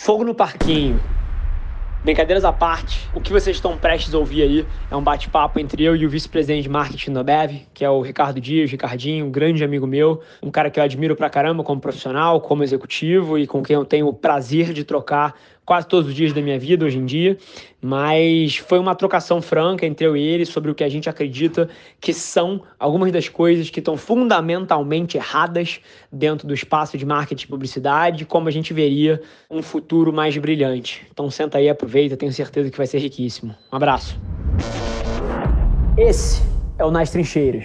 Fogo no Parquinho. Brincadeiras à parte, o que vocês estão prestes a ouvir aí é um bate-papo entre eu e o vice-presidente de marketing da Ambev, que é o Ricardo Dias, Ricardinho, um grande amigo meu, um cara que eu admiro pra caramba como profissional, como executivo e com quem eu tenho o prazer de trocar quase todos os dias da minha vida hoje em dia, mas foi uma trocação franca entre eu e ele sobre o que a gente acredita que são algumas das coisas que estão fundamentalmente erradas dentro do espaço de marketing e publicidade, como a gente veria um futuro mais brilhante. Então senta aí, aproveita, tenho certeza que vai ser riquíssimo. Um abraço. Esse é o Nas Trincheiras.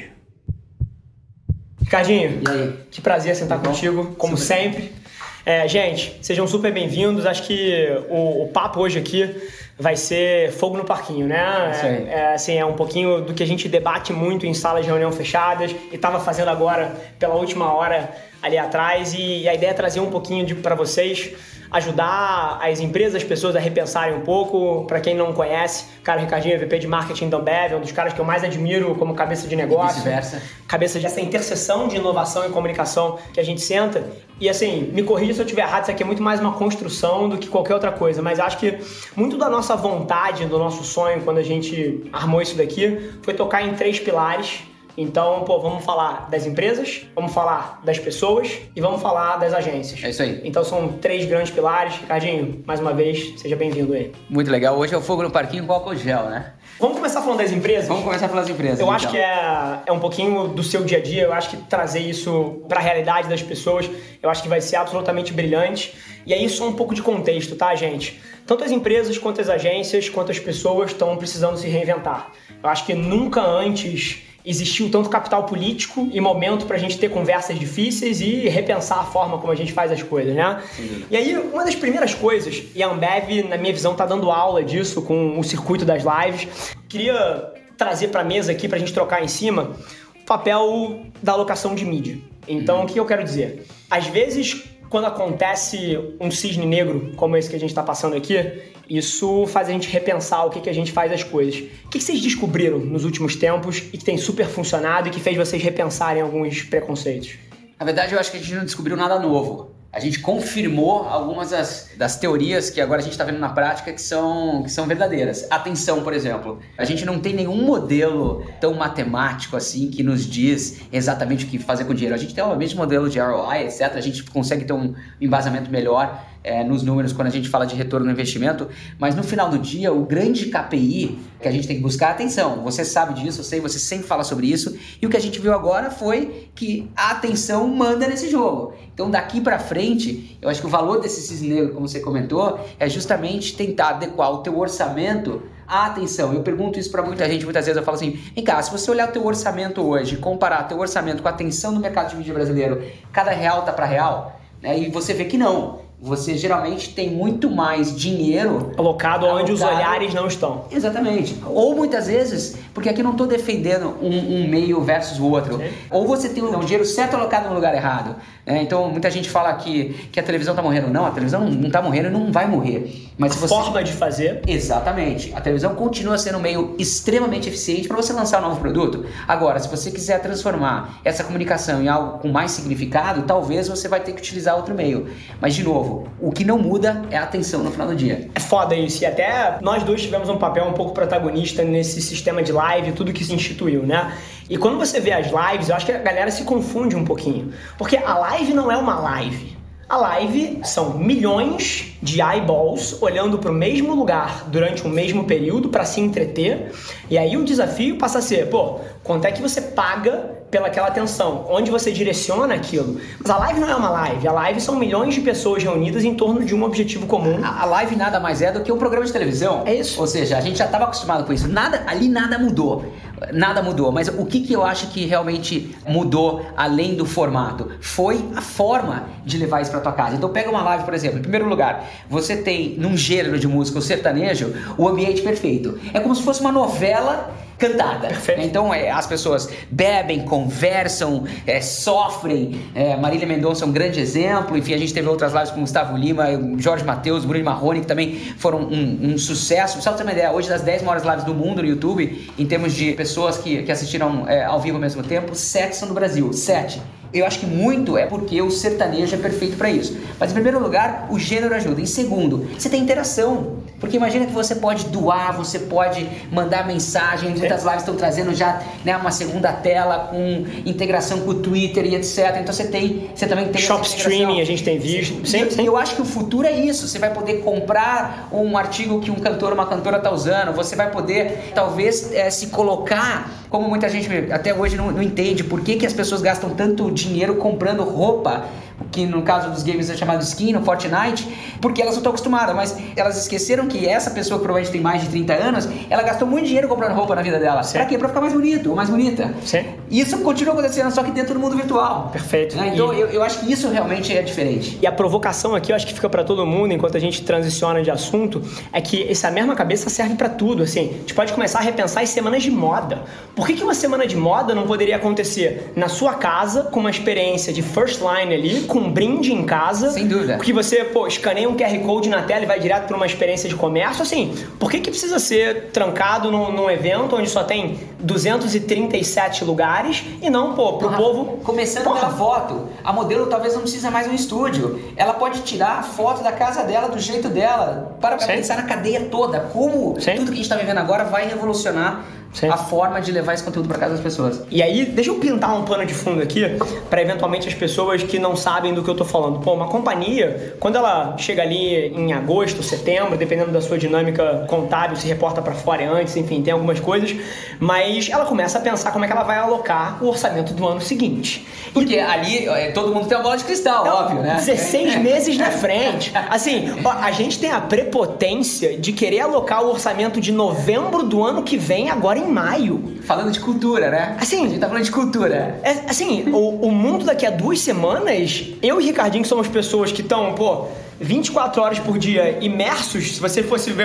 Ricardinho, e aí? Que prazer sentar contigo, como sempre. Gente, sejam super bem-vindos. Acho que o papo hoje aqui vai ser fogo no parquinho, né? Isso aí. Assim, é um pouquinho do que a gente debate muito em salas de reunião fechadas e estava fazendo agora pela última hora ali atrás, e a ideia é trazer um pouquinho para vocês, ajudar as empresas, as pessoas a repensarem um pouco. Para quem não conhece, cara, o Ricardinho é VP de Marketing da Ambev, é um dos caras que eu mais admiro como cabeça de negócio. Vice-versa. Cabeça dessa interseção de inovação e comunicação que a gente senta. E assim, me corrija se eu estiver errado, isso aqui é muito mais uma construção do que qualquer outra coisa, mas acho que muito da nossa vontade, do nosso sonho, quando a gente armou isso daqui, foi tocar em 3 pilares. Então, vamos falar das empresas, vamos falar das pessoas e vamos falar das agências. É isso aí. Então são 3 grandes pilares. Ricardinho, mais uma vez, seja bem-vindo aí. Muito legal. Hoje é o fogo no parquinho com álcool gel, né? Vamos começar falando das empresas? Vamos começar pelas empresas. Eu acho que é um pouquinho do seu dia a dia. Eu acho que trazer isso para a realidade das pessoas, eu acho que vai ser absolutamente brilhante. E aí só um pouco de contexto, tá, gente? Tanto as empresas, quanto as agências, quanto as pessoas estão precisando se reinventar. Eu acho que nunca antes existiu tanto capital político e momento pra gente ter conversas difíceis e repensar a forma como a gente faz as coisas, né? Sim. E aí, uma das primeiras coisas, e a Ambev, na minha visão, tá dando aula disso com o circuito das lives, queria trazer pra mesa aqui pra gente trocar em cima o papel da alocação de mídia. Então, o que eu quero dizer? Às vezes, quando acontece um cisne negro como esse que a gente está passando aqui, isso faz a gente repensar o que a gente faz as coisas. O que vocês descobriram nos últimos tempos e que tem super funcionado e que fez vocês repensarem alguns preconceitos? Na verdade, eu acho que a gente não descobriu nada novo. A gente confirmou algumas das teorias que agora a gente está vendo na prática que são verdadeiras. Atenção, por exemplo. A gente não tem nenhum modelo tão matemático assim que nos diz exatamente o que fazer com o dinheiro. A gente tem, obviamente, modelo de ROI, etc. A gente consegue ter um embasamento melhor nos números quando a gente fala de retorno no investimento, mas no final do dia, o grande KPI que a gente tem que buscar é atenção. Você sabe disso, eu sei, você sempre fala sobre isso, e o que a gente viu agora foi que a atenção manda nesse jogo. Então, daqui para frente, eu acho que o valor desse cisne negro, como você comentou, é justamente tentar adequar o teu orçamento à atenção. Eu pergunto isso para muita gente, muitas vezes eu falo assim, vem cá, se você olhar o teu orçamento hoje, comparar teu orçamento com a atenção no mercado de mídia brasileiro, cada real tá para real, né? E você vê que não. Você geralmente tem muito mais dinheiro alocado onde os olhares não estão. Exatamente. Ou muitas vezes, porque aqui eu não estou defendendo um meio versus o outro. Sim. Ou você tem um dinheiro certo alocado no lugar errado. Então muita gente fala que a televisão está morrendo. Não, a televisão não está morrendo e não vai morrer. Mas se forma de fazer. Exatamente. A televisão continua sendo um meio extremamente eficiente para você lançar um novo produto. Agora, se você quiser transformar essa comunicação em algo com mais significado, talvez você vai ter que utilizar outro meio. Mas, de novo, o que não muda é a atenção no final do dia. É foda isso. E até nós dois tivemos um papel um pouco protagonista nesse sistema de live, tudo que se instituiu, né? E quando você vê as lives, eu acho que a galera se confunde um pouquinho. Porque a live não é uma live. A live são milhões de eyeballs olhando para o mesmo lugar durante um mesmo período para se entreter. E aí o desafio passa a ser, quanto é que você paga pelaquela atenção? Onde você direciona aquilo? Mas a live não é uma live. A live são milhões de pessoas reunidas em torno de um objetivo comum. A live nada mais é do que um programa de televisão. É isso. Ou seja, a gente já estava acostumado com isso. Ali nada mudou. Nada mudou. Mas o que eu acho que realmente mudou além do formato? Foi a forma de levar isso para tua casa. Então pega uma live, por exemplo. Em primeiro lugar, você tem num gênero de música, o sertanejo, o ambiente perfeito. É como se fosse uma novela cantada. Perfeito. Então as pessoas bebem, conversam, sofrem. Marília Mendonça é um grande exemplo. Enfim, a gente teve outras lives com Gustavo Lima, Jorge Mateus, Bruno Marrone, que também foram um sucesso. Só pra você ter uma ideia, hoje das 10 maiores lives do mundo no YouTube, em termos de pessoas que assistiram ao vivo ao mesmo tempo, 7 são do Brasil. 7. Eu acho que muito é porque o sertanejo é perfeito para isso. Mas em primeiro lugar, o gênero ajuda. Em segundo, você tem interação. Porque imagina que você pode doar, você pode mandar mensagem, muitas lives estão trazendo já, né, uma segunda tela com integração com o Twitter e etc. Então você também tem shop streaming, a gente tem visto. Sim. Eu acho que o futuro é isso. Você vai poder comprar um artigo que um cantor, uma cantora está usando. Você vai poder, talvez, se colocar, como muita gente até hoje não entende, por que as pessoas gastam tanto dinheiro comprando roupa, que no caso dos games é chamado skin, no Fortnite, porque elas não estão acostumadas, mas elas esqueceram que essa pessoa que provavelmente tem mais de 30 anos, ela gastou muito dinheiro comprando roupa na vida dela. Sim. Pra quê? Pra ficar mais bonito ou mais bonita. Sim. E isso continua acontecendo, só que dentro do mundo virtual. Perfeito. Né? Então eu acho que isso realmente é diferente. E a provocação aqui, eu acho que fica pra todo mundo, enquanto a gente transiciona de assunto, é que essa mesma cabeça serve pra tudo, assim. A gente pode começar a repensar em semanas de moda. Por que uma semana de moda não poderia acontecer na sua casa, com uma experiência de first line ali, com um brinde em casa? Sem dúvida. Que você, escaneia um QR Code na tela e vai direto para uma experiência de comércio. Assim, por que precisa ser trancado num evento onde só tem 237 lugares e não, pro povo... Começando pela foto, a modelo talvez não precisa mais um estúdio. Ela pode tirar a foto da casa dela, do jeito dela. Para pensar na cadeia toda. Como tudo que a gente está vivendo agora vai revolucionar a forma de levar esse conteúdo para casa das pessoas. E aí, deixa eu pintar um pano de fundo aqui, para eventualmente as pessoas que não sabem do que eu tô falando. Uma companhia, quando ela chega ali em agosto, setembro, dependendo da sua dinâmica contábil, se reporta para fora antes, enfim, tem algumas coisas, mas ela começa a pensar como é que ela vai alocar o orçamento do ano seguinte. Porque ali todo mundo tem uma bola de cristal, óbvio, né? 16 meses na frente. Assim, a gente tem a prepotência de querer alocar o orçamento de novembro do ano que vem, agora em maio. Falando de cultura, né? Assim, a gente tá falando de cultura. Assim, o mundo daqui a 2 semanas, eu e o Ricardinho somos pessoas que estão, 24 horas por dia imersos. Se você fosse ver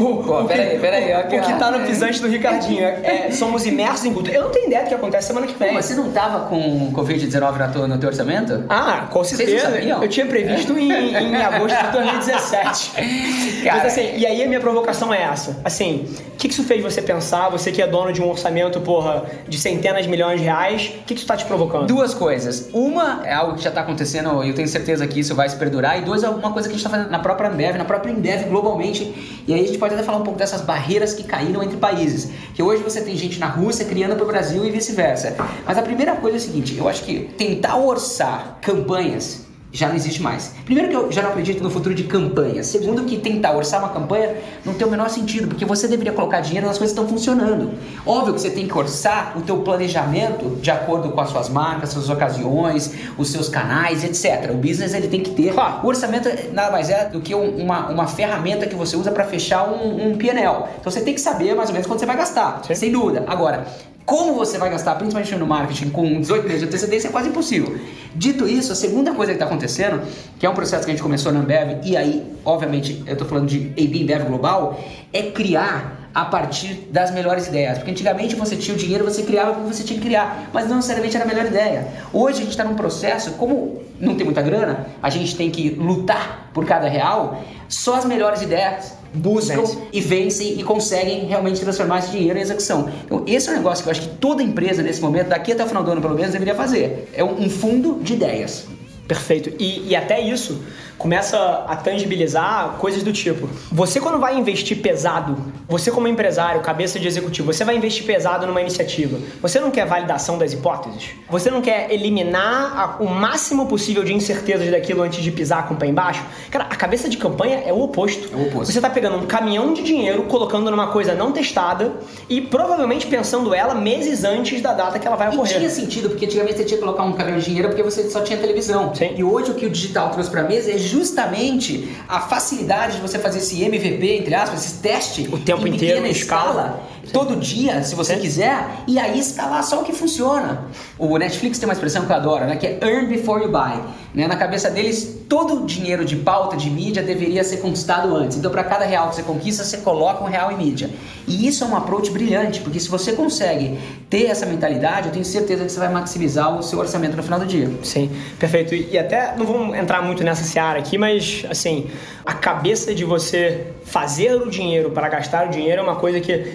o que tá no pisante do Ricardinho, somos imersos em cultura. Eu não tenho ideia do que acontece semana que vem. Mas você não tava com Covid-19 no teu orçamento? Ah, com certeza. Eu tinha previsto em agosto de 2017. Mas assim, e aí a minha provocação é essa. Assim, o que isso fez você pensar? Você que é dono de um orçamento, de centenas de milhões de reais, o que isso tá te provocando? Duas coisas. Uma é algo que já tá acontecendo e eu tenho certeza que isso vai se perdurar. E dois, é uma coisa que a gente tá fazendo na própria Ambev globalmente. E aí a gente pode até falar um pouco dessas barreiras que caíram entre países. Que hoje você tem gente na Rússia criando para o Brasil e vice-versa. Mas a primeira coisa é o seguinte, eu acho que tentar orçar campanhas já não existe mais. Primeiro que eu já não acredito no futuro de campanha. Segundo que tentar orçar uma campanha não tem o menor sentido, porque você deveria colocar dinheiro nas coisas que estão funcionando. Óbvio que você tem que orçar o teu planejamento de acordo com as suas marcas, suas ocasiões, os seus canais, etc. O business ele tem que ter. Claro. O orçamento nada mais é do que uma ferramenta que você usa para fechar um P&L. Então você tem que saber mais ou menos quanto você vai gastar, sem dúvida. Agora, como você vai gastar, principalmente no marketing, com 18 meses de antecedência, é quase impossível. Dito isso, a segunda coisa que está acontecendo, que é um processo que a gente começou na Ambev, e aí, obviamente, eu estou falando de AB Ambev Global, é criar a partir das melhores ideias. Porque antigamente você tinha o dinheiro, você criava porque você tinha que criar, mas não necessariamente era a melhor ideia. Hoje a gente está num processo, como não tem muita grana, a gente tem que lutar por cada real, só as melhores ideias buscam e vencem e conseguem realmente transformar esse dinheiro em execução. Então esse é um negócio que eu acho que toda empresa nesse momento, daqui até o final do ano pelo menos, deveria fazer. É um fundo de ideias. Perfeito. E até isso começa a tangibilizar coisas do tipo, você quando vai investir pesado, você como empresário, cabeça de executivo, você vai investir pesado numa iniciativa, você não quer validação das hipóteses? Você não quer eliminar o máximo possível de incertezas daquilo antes de pisar com o pé embaixo? Cara, a cabeça de campanha é o oposto. Você tá pegando um caminhão de dinheiro, colocando numa coisa não testada e provavelmente pensando ela meses antes da data que ela vai ocorrer. E tinha sentido, porque antigamente você tinha que colocar um caminhão de dinheiro porque você só tinha televisão. Sim. E hoje o que o digital trouxe pra mesa é justamente a facilidade de você fazer esse MVP, entre aspas, esse teste o tempo inteiro em escala. Todo dia, se você quiser, e aí escalar só o que funciona. O Netflix tem uma expressão que eu adoro, né, que é earn before you buy. Né? Na cabeça deles, todo o dinheiro de pauta, de mídia, deveria ser conquistado antes. Então, para cada real que você conquista, você coloca um real em mídia. E isso é um approach brilhante, porque se você consegue ter essa mentalidade, eu tenho certeza que você vai maximizar o seu orçamento no final do dia. Sim, perfeito. E até, não vamos entrar muito nessa seara aqui, mas, assim, a cabeça de você fazer o dinheiro para gastar o dinheiro é uma coisa que, no mundo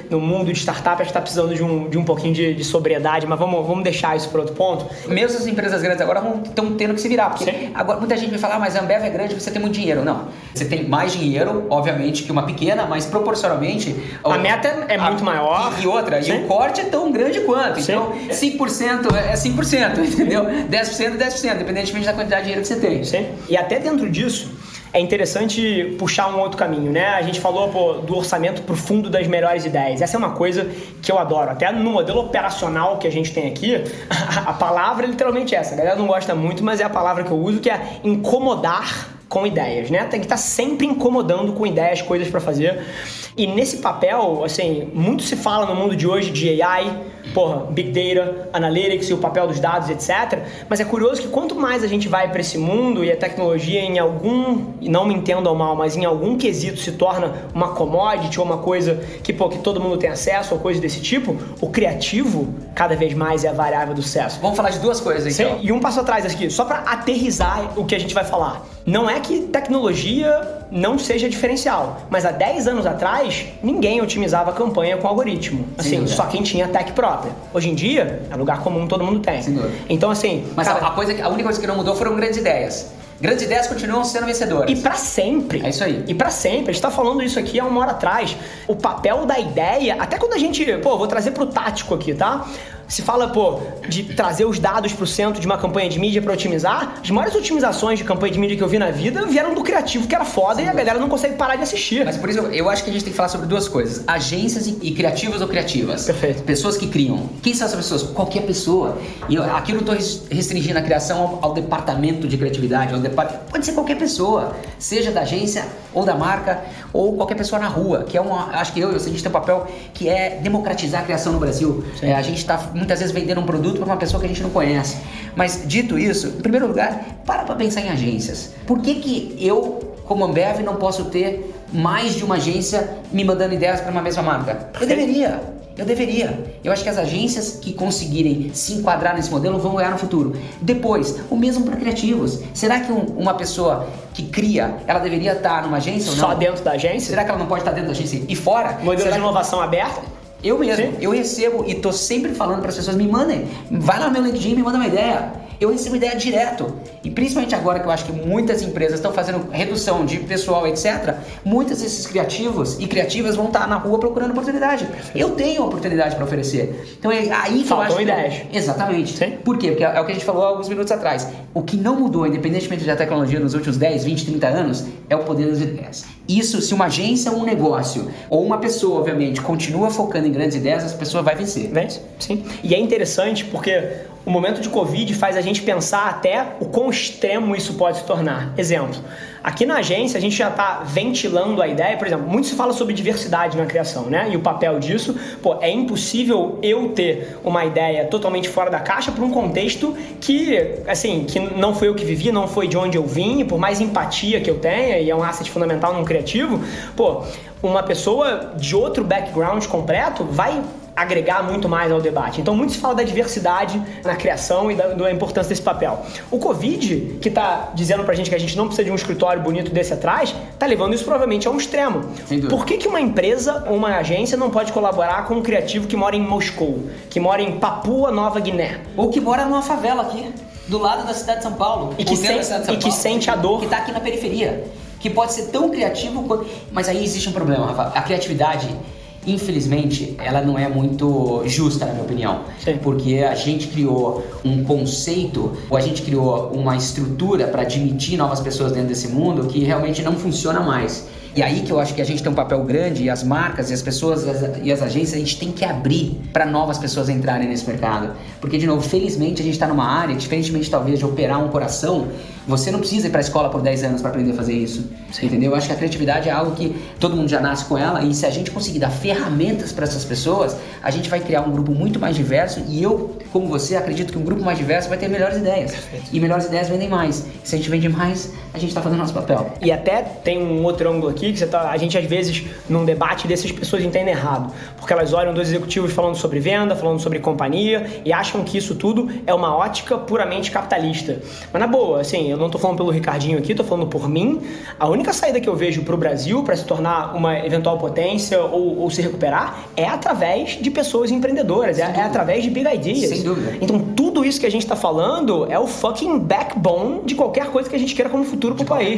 mundo de startup acho que está precisando de um pouquinho de sobriedade, mas vamos deixar isso para outro ponto. Mesmo as empresas grandes agora estão tendo que se virar, porque agora muita gente vai falar, mas a Ambev é grande, você tem muito dinheiro. Não, você tem mais dinheiro, obviamente, que uma pequena, mas proporcionalmente... A meta é muito maior. E outra, e o corte é tão grande quanto. Então, 5% é 5%, entendeu? 10% é 10%, independentemente da quantidade de dinheiro que você tem. Sim. E até dentro disso, é interessante puxar um outro caminho, né? A gente falou do orçamento pro fundo das melhores ideias. Essa é uma coisa que eu adoro. Até no modelo operacional que a gente tem aqui, a palavra é literalmente essa. A galera não gosta muito, mas é a palavra que eu uso, que é incomodar com ideias, né? Tem que estar sempre incomodando com ideias, coisas para fazer. E nesse papel, assim, muito se fala no mundo de hoje de AI, Big Data, Analytics e o papel dos dados, etc. Mas é curioso que quanto mais a gente vai para esse mundo e a tecnologia em algum, e não me entendam mal, mas em algum quesito se torna uma commodity ou uma coisa que todo mundo tem acesso ou coisa desse tipo, o criativo cada vez mais é a variável do sucesso. Vamos falar de duas coisas então. E um passo atrás aqui, só para aterrizar o que a gente vai falar. Não é que tecnologia não seja diferencial, mas há 10 anos atrás, ninguém otimizava a campanha com algoritmo. Assim, só quem tinha tech própria. Hoje em dia, é lugar comum, todo mundo tem. Então, assim... Mas cara, a única coisa que não mudou foram grandes ideias. Grandes ideias continuam sendo vencedoras. E pra sempre. É isso aí. E pra sempre. A gente tá falando isso aqui há uma hora atrás. O papel da ideia, até quando a gente... vou trazer pro tático aqui, tá? Se fala, de trazer os dados pro centro de uma campanha de mídia pra otimizar, as maiores otimizações de campanha de mídia que eu vi na vida vieram do criativo, que era foda, e a galera não consegue parar de assistir. Mas por isso, eu acho que a gente tem que falar sobre duas coisas. Agências e criativos ou criativas. Perfeito. Pessoas que criam. Quem são essas pessoas? Qualquer pessoa. E aqui eu não tô restringindo a criação ao departamento de criatividade, pode ser qualquer pessoa, seja da agência ou da marca, ou qualquer pessoa na rua, que é acho que a gente tem um papel que é democratizar a criação no Brasil. A gente tá muitas vezes vendendo um produto para uma pessoa que a gente não conhece. Mas dito isso, em primeiro lugar, para pensar em agências. Por que eu, como Ambev, não posso ter mais de uma agência me mandando ideias para uma mesma marca? Eu deveria. Eu acho que as agências que conseguirem se enquadrar nesse modelo vão ganhar no futuro. Depois, o mesmo para criativos. Será que uma pessoa que cria, ela deveria estar numa agência ou não? Só dentro da agência? Será que ela não pode estar dentro da agência e fora? Modelo de inovação aberta? Eu mesmo, eu recebo e tô sempre falando para as pessoas, me mandem, vai lá no meu LinkedIn e me manda uma ideia. Eu recebo ideia direto. E principalmente agora que eu acho que muitas empresas estão fazendo redução de pessoal, etc., muitos desses criativos e criativas vão estar na rua procurando oportunidade. Eu tenho oportunidade para oferecer. Então é aí que eu acho... Faltam ideias. Exatamente. Sim. Por quê? Porque é o que a gente falou há alguns minutos atrás. O que não mudou, independentemente da tecnologia nos últimos 10, 20, 30 anos, é o poder das ideias. Isso, se uma agência ou um negócio, ou uma pessoa, obviamente, continua focando em grandes ideias, essa pessoa vai vencer. Vence, sim. E é interessante porque o momento de Covid faz a gente pensar até o quão extremo isso pode se tornar. Exemplo, aqui na agência a gente já está ventilando a ideia, por exemplo, muito se fala sobre diversidade na criação, né? E o papel disso, é impossível eu ter uma ideia totalmente fora da caixa para um contexto que não foi eu que vivi, não foi de onde eu vim, e por mais empatia que eu tenha, e é um asset fundamental num criativo, uma pessoa de outro background completo vai agregar muito mais ao debate. Então, muito se fala da diversidade na criação e da importância desse papel. O Covid, que está dizendo pra gente que a gente não precisa de um escritório bonito desse atrás, tá levando isso provavelmente a um extremo. Por que uma empresa ou uma agência não pode colaborar com um criativo que mora em Moscou, que mora em Papua Nova Guiné? Ou que mora numa favela aqui, do lado da cidade de São Paulo. E que sente a dor. Que tá aqui na periferia. Que pode ser tão criativo quanto... Mas aí existe um problema, Rafa. A criatividade... Infelizmente, ela não é muito justa, na minha opinião. Sim. Porque a gente criou um conceito, ou a gente criou uma estrutura para admitir novas pessoas dentro desse mundo que realmente não funciona mais. E aí que eu acho que a gente tem um papel grande, e as marcas, e as pessoas, e as agências, a gente tem que abrir para novas pessoas entrarem nesse mercado. Porque, de novo, felizmente a gente está numa área, diferentemente talvez de operar um coração, você não precisa ir para a escola por 10 anos para aprender a fazer isso. Sim. Entendeu? Eu acho que a criatividade é algo que todo mundo já nasce com ela, e se a gente conseguir dar ferramentas para essas pessoas, a gente vai criar um grupo muito mais diverso, e eu, como você, acredito que um grupo mais diverso vai ter melhores ideias. Perfeito. E melhores ideias vendem mais. Se a gente vende mais, a gente está fazendo nosso papel. E até tem um outro ângulo aqui, que a gente às vezes, num debate dessas pessoas entendem errado, porque elas olham dois executivos falando sobre venda, falando sobre companhia, e acham que isso tudo é uma ótica puramente capitalista. Mas na boa, eu não tô falando pelo Ricardinho aqui, tô falando por mim, a única saída que eu vejo pro Brasil para se tornar uma eventual potência ou se recuperar é através de pessoas empreendedoras, é através de big ideas. Sem dúvida. Então tudo isso que a gente tá falando é o fucking backbone de qualquer coisa que a gente queira como futuro pro país.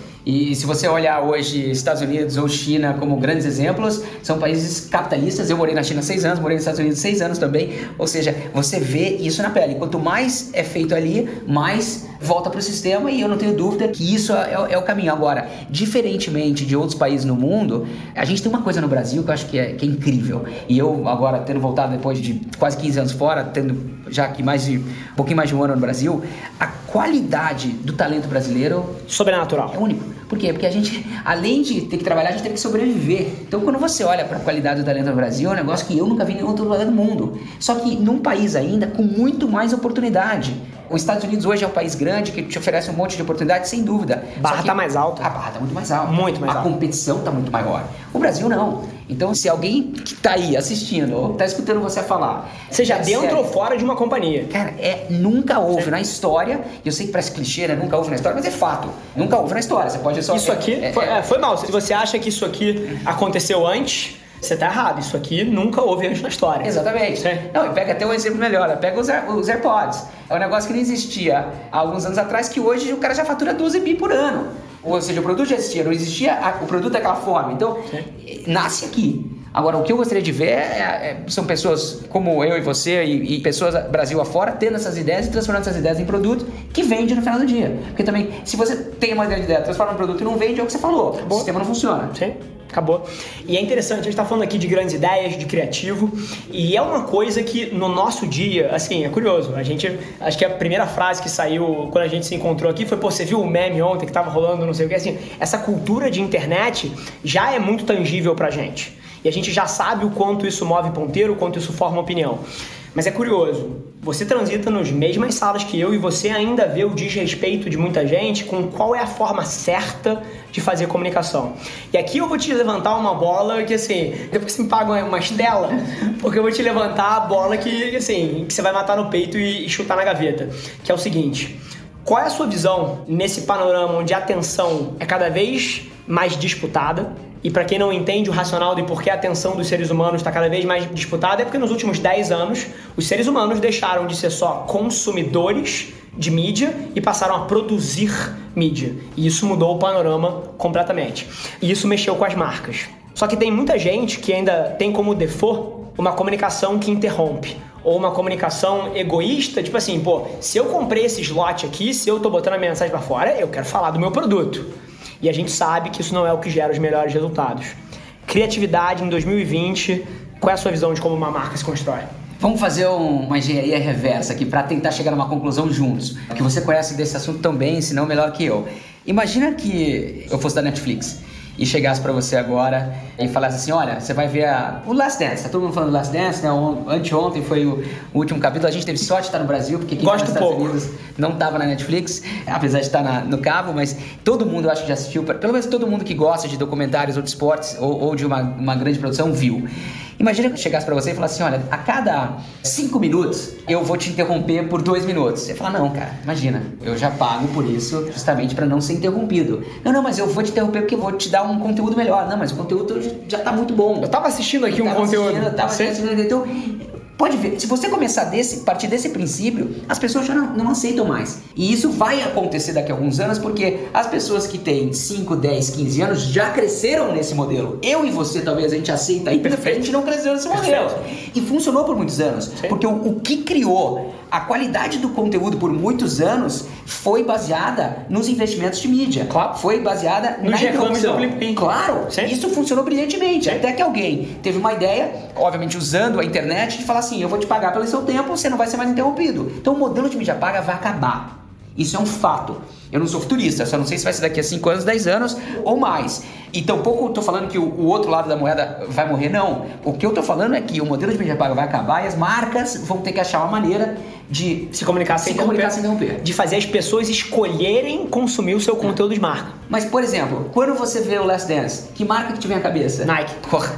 E se você olhar hoje Estados Unidos ou China como grandes exemplos, são países capitalistas. Eu morei na China 6 anos, morei nos Estados Unidos 6 anos também. Ou seja, você vê isso na pele. Quanto mais é feito ali, mais volta para o sistema, e eu não tenho dúvida que isso é o caminho. Agora, diferentemente de outros países no mundo, a gente tem uma coisa no Brasil que eu acho que é incrível. E eu agora, tendo voltado depois de quase 15 anos fora, tendo já aqui um pouquinho mais de um ano no Brasil, a qualidade do talento brasileiro sobrenatural. É único. Por quê? Porque a gente, além de ter que trabalhar, a gente tem que sobreviver. Então, quando você olha para a qualidade do talento no Brasil, é um negócio que eu nunca vi em nenhum outro lugar do mundo. Só que num país ainda com muito mais oportunidade. Os Estados Unidos hoje é um país grande que te oferece um monte de oportunidades, sem dúvida. A barra está mais alta. A barra está muito mais alta. Muito mais alta. A competição está muito maior. O Brasil não. Então, se alguém que está aí assistindo ou está escutando você falar... Seja dentro ou fora de uma companhia. Cara, nunca houve na história, eu sei que parece clichê, né? Nunca houve na história, mas é fato. Nunca houve na história. Você pode só... Isso aqui foi mal. Se você acha que isso aqui aconteceu antes... Você tá errado, isso aqui nunca houve antes na história. Exatamente. Não, pega até um exemplo melhor, pega os AirPods. É um negócio que não existia há alguns anos atrás, que hoje o cara já fatura 12 bi por ano. Ou seja, o produto já existia, não existia o produto daquela forma. Então, nasce aqui. Agora, o que eu gostaria de ver são pessoas como eu e você e pessoas Brasil afora tendo essas ideias e transformando essas ideias em produto que vende no final do dia. Porque também, se você tem uma grande ideia, transforma em produto e não vende, é o que você falou. O sistema não funciona. Sim. Acabou. E é interessante, a gente tá falando aqui de grandes ideias, de criativo, e é uma coisa que no nosso dia, assim, é curioso. Acho que a primeira frase que saiu quando a gente se encontrou aqui foi, pô, você viu o meme ontem que tava rolando, não sei o que, assim, essa cultura de internet já é muito tangível pra gente. E a gente já sabe o quanto isso move ponteiro, o quanto isso forma opinião. Mas é curioso, você transita nas mesmas salas que eu e você ainda vê o desrespeito de muita gente com qual é a forma certa de fazer comunicação. E aqui eu vou te levantar uma bola que, assim, depois você me paga uma estela, porque eu vou te levantar a bola que você vai matar no peito e chutar na gaveta, que é o seguinte: qual é a sua visão nesse panorama onde a atenção é cada vez mais disputada? E para quem não entende o racional de por que a atenção dos seres humanos está cada vez mais disputada, é porque nos últimos 10 anos, os seres humanos deixaram de ser só consumidores de mídia e passaram a produzir mídia. E isso mudou o panorama completamente. E isso mexeu com as marcas. Só que tem muita gente que ainda tem como default uma comunicação que interrompe. Ou uma comunicação egoísta, tipo assim, pô, se eu comprei esse slot aqui, se eu tô botando a minha mensagem pra fora, eu quero falar do meu produto. E a gente sabe que isso não é o que gera os melhores resultados. Criatividade em 2020, qual é a sua visão de como uma marca se constrói? Vamos fazer uma engenharia reversa aqui para tentar chegar numa conclusão juntos. Porque você conhece desse assunto tão bem, se não melhor que eu. Imagina que eu fosse da Netflix e chegasse pra você agora e falasse assim, olha, você vai ver o Last Dance, tá todo mundo falando do Last Dance, né? Anteontem foi o último capítulo, a gente teve sorte de estar no Brasil, porque quem está nos Estados Unidos não estava na Netflix, apesar de estar no cabo, mas todo mundo, eu acho que já assistiu, pelo menos todo mundo que gosta de documentários ou de esportes ou de uma grande produção viu. Imagina que eu chegasse pra você e falasse assim, olha, a cada 5 minutos eu vou te interromper por 2 minutos. Você fala, não, cara, imagina, eu já pago por isso justamente pra não ser interrompido. Não, mas eu vou te interromper porque eu vou te dar um conteúdo melhor. Não, mas o conteúdo já tá muito bom. Eu tava assistindo aqui um conteúdo. Então, pode ver, se você começar a partir desse princípio, as pessoas já não aceitam mais. E isso vai acontecer daqui a alguns anos, porque as pessoas que têm 5, 10, 15 anos já cresceram nesse modelo. Eu e você, talvez, a gente aceita ainda, porque a gente não cresceu nesse modelo. E funcionou por muitos anos. Sim. Porque o que criou a qualidade do conteúdo por muitos anos foi baseada nos investimentos de mídia. Claro. Foi baseada na interrupção. Claro. Sim. Isso funcionou brilhantemente. Sim. Até que alguém teve uma ideia, obviamente usando a internet, de falar assim, eu vou te pagar pelo seu tempo, você não vai ser mais interrompido. Então o modelo de mídia paga vai acabar. Isso é um fato. Eu não sou futurista, só não sei se vai ser daqui a 5 anos, 10 anos ou mais. E tampouco estou falando que o outro lado da moeda vai morrer, não. O que eu estou falando é que o modelo de mídia paga vai acabar e as marcas vão ter que achar uma maneira de se comunicar sem interromper. De fazer as pessoas escolherem consumir o seu conteúdo de marca. Mas, por exemplo, quando você vê o Last Dance, que marca que te vem à cabeça? Nike. Porra.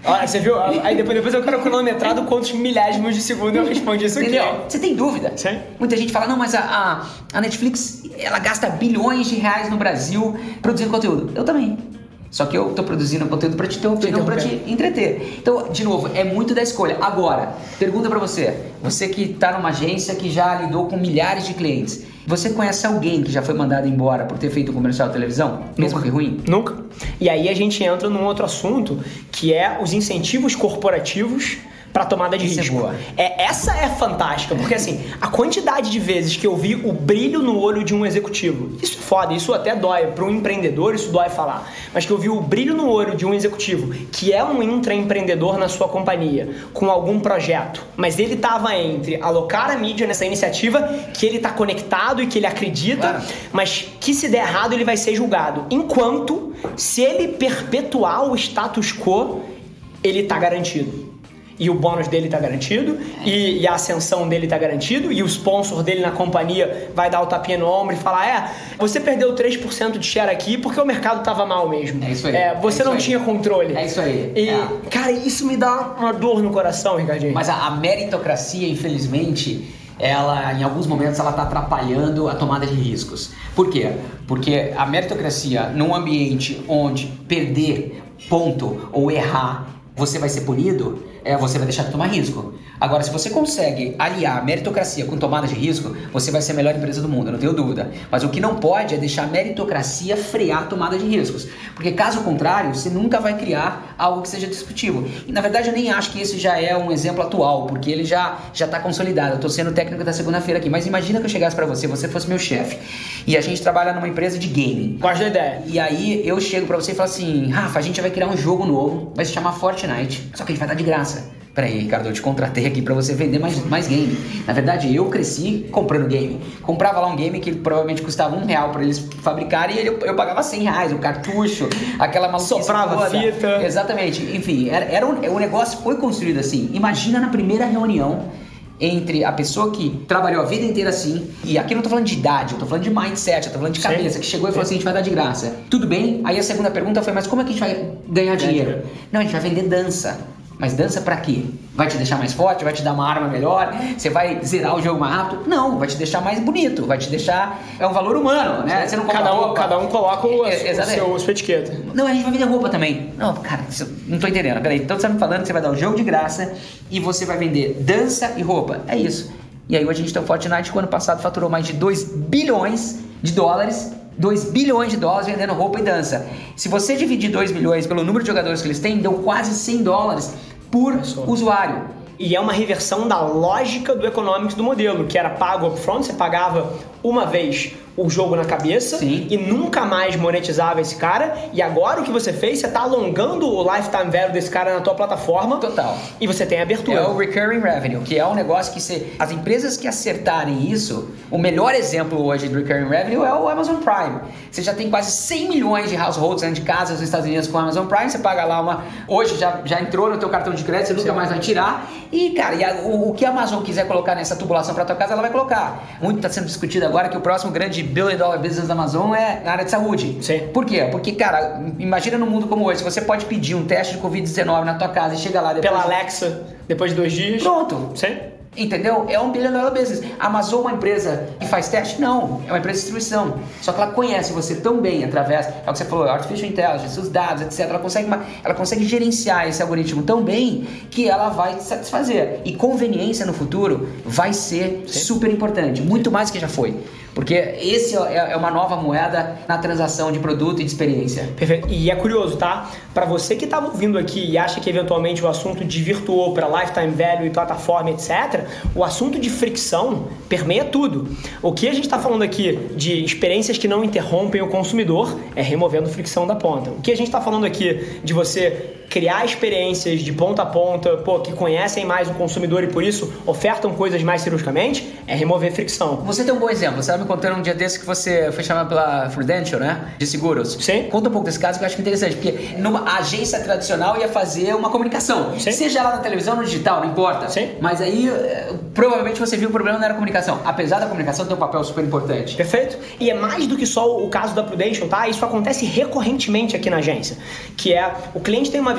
Olha, você viu? Aí depois eu quero cronometrado quantos milésimos de segundo eu respondi isso aqui. Entendeu? Você tem dúvida? Sim. Muita gente fala, não, mas a Netflix, ela gasta bilhões de reais no Brasil produzindo conteúdo. Eu também. Só que eu tô produzindo conteúdo pra te ter opinião, pra te entreter. Então, de novo, é muito da escolha. Agora, pergunta pra você. Você que tá numa agência que já lidou com milhares de clientes. Você conhece alguém que já foi mandado embora por ter feito um comercial de televisão? Mesmo que ruim? Nunca. E aí a gente entra num outro assunto, que é os incentivos corporativos para tomada de risco. Essa é fantástica, porque assim, a quantidade de vezes que eu vi o brilho no olho de um executivo, isso é foda, isso até dói, para um empreendedor isso dói falar, mas que eu vi o brilho no olho de um executivo, que é um intraempreendedor na sua companhia, com algum projeto, mas ele tava entre alocar a mídia nessa iniciativa, que ele tá conectado e que ele acredita, claro, mas que se der errado ele vai ser julgado, enquanto se ele perpetuar o status quo, ele tá garantido. E o bônus dele tá garantido, e a ascensão dele tá garantido, e o sponsor dele na companhia vai dar o tapinha no ombro e falar, você perdeu 3% de share aqui porque o mercado tava mal mesmo. É isso aí. Você não tinha controle. É isso aí. E, cara, isso me dá uma dor no coração, Ricardinho. Mas a meritocracia, infelizmente, ela, em alguns momentos, ela tá atrapalhando a tomada de riscos. Por quê? Porque a meritocracia, num ambiente onde perder ponto ou errar, você vai ser punido, você vai deixar de tomar risco. Agora, se você consegue aliar meritocracia com tomada de risco, você vai ser a melhor empresa do mundo, eu não tenho dúvida. Mas o que não pode é deixar a meritocracia frear a tomada de riscos. Porque caso contrário, você nunca vai criar algo que seja disruptivo. E na verdade eu nem acho que esse já é um exemplo atual, porque ele já está consolidado. Eu estou sendo técnico da segunda-feira aqui, mas imagina que eu chegasse para você fosse meu chefe, e a gente trabalha numa empresa de gaming. Gosto da ideia. E aí eu chego para você e falo assim, Rafa, a gente vai criar um jogo novo, vai se chamar Fortnite, só que a gente vai dar de graça. Peraí, Ricardo, eu te contratei aqui pra você vender mais game. Na verdade, eu cresci comprando game. Comprava lá um game que provavelmente custava R$1 pra eles fabricarem e eu pagava R$100, o cartucho, aquela maluquice soprava toda. Fita. Exatamente. Enfim, o negócio foi construído assim. Imagina na primeira reunião entre a pessoa que trabalhou a vida inteira assim, e aqui eu não tô falando de idade, eu tô falando de mindset, eu tô falando de cabeça, que chegou e falou assim, a gente vai dar de graça. Tudo bem? Aí a segunda pergunta foi, mas como é que a gente vai ganhar dinheiro? Não, a gente vai vender dança. Mas dança pra quê? Vai te deixar mais forte? Vai te dar uma arma melhor? Você vai zerar o jogo mais rápido? Não, vai te deixar mais bonito, vai te deixar... É um valor humano, né? Você não cada um coloca sua etiqueta. Não, a gente vai vender roupa também. Não, cara, não tô entendendo. Peraí, então você tá me falando que você vai dar o jogo de graça e você vai vender dança e roupa. É isso. E aí hoje a gente tem o Fortnite, que o ano passado faturou mais de 2 bilhões de dólares... 2 bilhões de dólares vendendo roupa e dança. Se você dividir 2 bilhões pelo número de jogadores que eles têm, deu quase $100 por usuário. E é uma reversão da lógica do economics do modelo, que era pago upfront, você pagava uma vez o jogo na cabeça. Sim. E nunca mais monetizava esse cara, e agora o que você fez, você tá alongando o lifetime value desse cara na tua plataforma. Total. E você tem abertura. É o recurring revenue, que é um negócio que as empresas que acertarem isso, o melhor exemplo hoje do recurring revenue é o Amazon Prime. Você já tem quase 100 milhões de households dentro de casas nos Estados Unidos com o Amazon Prime, você paga lá hoje já entrou no teu cartão de crédito, você nunca mais vai tirar. E cara, o que a Amazon quiser colocar nessa tubulação para tua casa, ela vai colocar. Muito está sendo discutido agora que o próximo grande billion dollar business da Amazon é na área de saúde. Sim. Por quê? Porque, cara, imagina num mundo como hoje, se você pode pedir um teste de Covid-19 na tua casa e chega lá depois... Pela Alexa, depois de 2 dias. Pronto. Sim. Entendeu? É um billion dollar business. A Amazon é uma empresa que faz teste? Não. É uma empresa de distribuição. Só que ela conhece você tão bem através, é o que você falou, Artificial Intelligence, os dados, etc. Ela consegue gerenciar esse algoritmo tão bem que ela vai te satisfazer. E conveniência no futuro vai ser super importante. Muito mais do que já foi. Porque esse é uma nova moeda na transação de produto e de experiência. Perfeito. E é curioso, tá? Para você que estava ouvindo aqui e acha que eventualmente o assunto desvirtuou para lifetime value e plataforma, etc., o assunto de fricção permeia tudo. O que a gente está falando aqui de experiências que não interrompem o consumidor é removendo fricção da ponta. O que a gente está falando aqui de você criar experiências de ponta a ponta, que conhecem mais o consumidor e por isso ofertam coisas mais cirurgicamente, é remover fricção. Você tem um bom exemplo. Você estava me contando um dia desse que você foi chamado pela Prudential, né? De seguros. Sim. Conta um pouco desse caso que eu acho interessante, porque numa agência tradicional ia fazer uma comunicação. Sim. Seja lá na televisão ou no digital, não importa. Sim. Mas aí, provavelmente você viu que o problema não era a comunicação. Apesar da comunicação ter um papel super importante. Perfeito. E é mais do que só o caso da Prudential, tá? Isso acontece recorrentemente aqui na agência. Que é, o cliente tem uma visão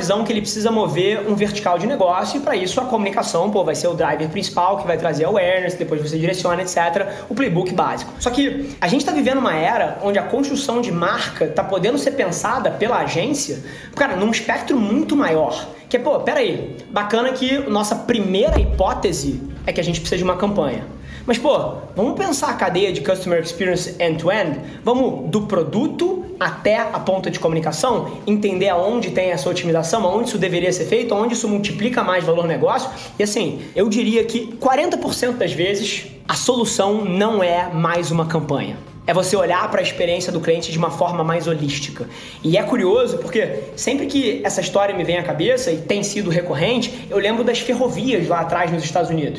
visão que ele precisa mover um vertical de negócio, e para isso a comunicação, vai ser o driver principal que vai trazer awareness, depois você direciona, etc. O playbook básico. Só que a gente está vivendo uma era onde a construção de marca está podendo ser pensada pela agência, cara, num espectro muito maior. Que é, peraí, bacana que nossa primeira hipótese é que a gente precisa de uma campanha. Mas, vamos pensar a cadeia de Customer Experience end-to-end? Vamos do produto até a ponta de comunicação, entender aonde tem essa otimização, aonde isso deveria ser feito, aonde isso multiplica mais valor no negócio. E assim, eu diria que 40% das vezes a solução não é mais uma campanha. É você olhar para a experiência do cliente de uma forma mais holística. E é curioso porque sempre que essa história me vem à cabeça, e tem sido recorrente, eu lembro das ferrovias lá atrás nos Estados Unidos.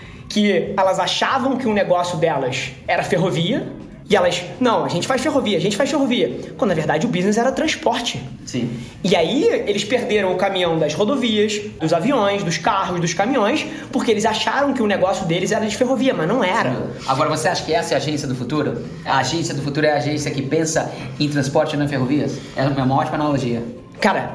Que elas achavam que o negócio delas era ferrovia, e elas, não, a gente faz ferrovia. Quando na verdade o business era transporte. Sim. E aí eles perderam o caminhão das rodovias, dos aviões, dos carros, dos caminhões, porque eles acharam que o negócio deles era de ferrovia, mas não era. Sim. Agora, você acha que essa é a agência do futuro? A agência do futuro é a agência que pensa em transporte e não em ferrovias? É uma ótima analogia. Cara,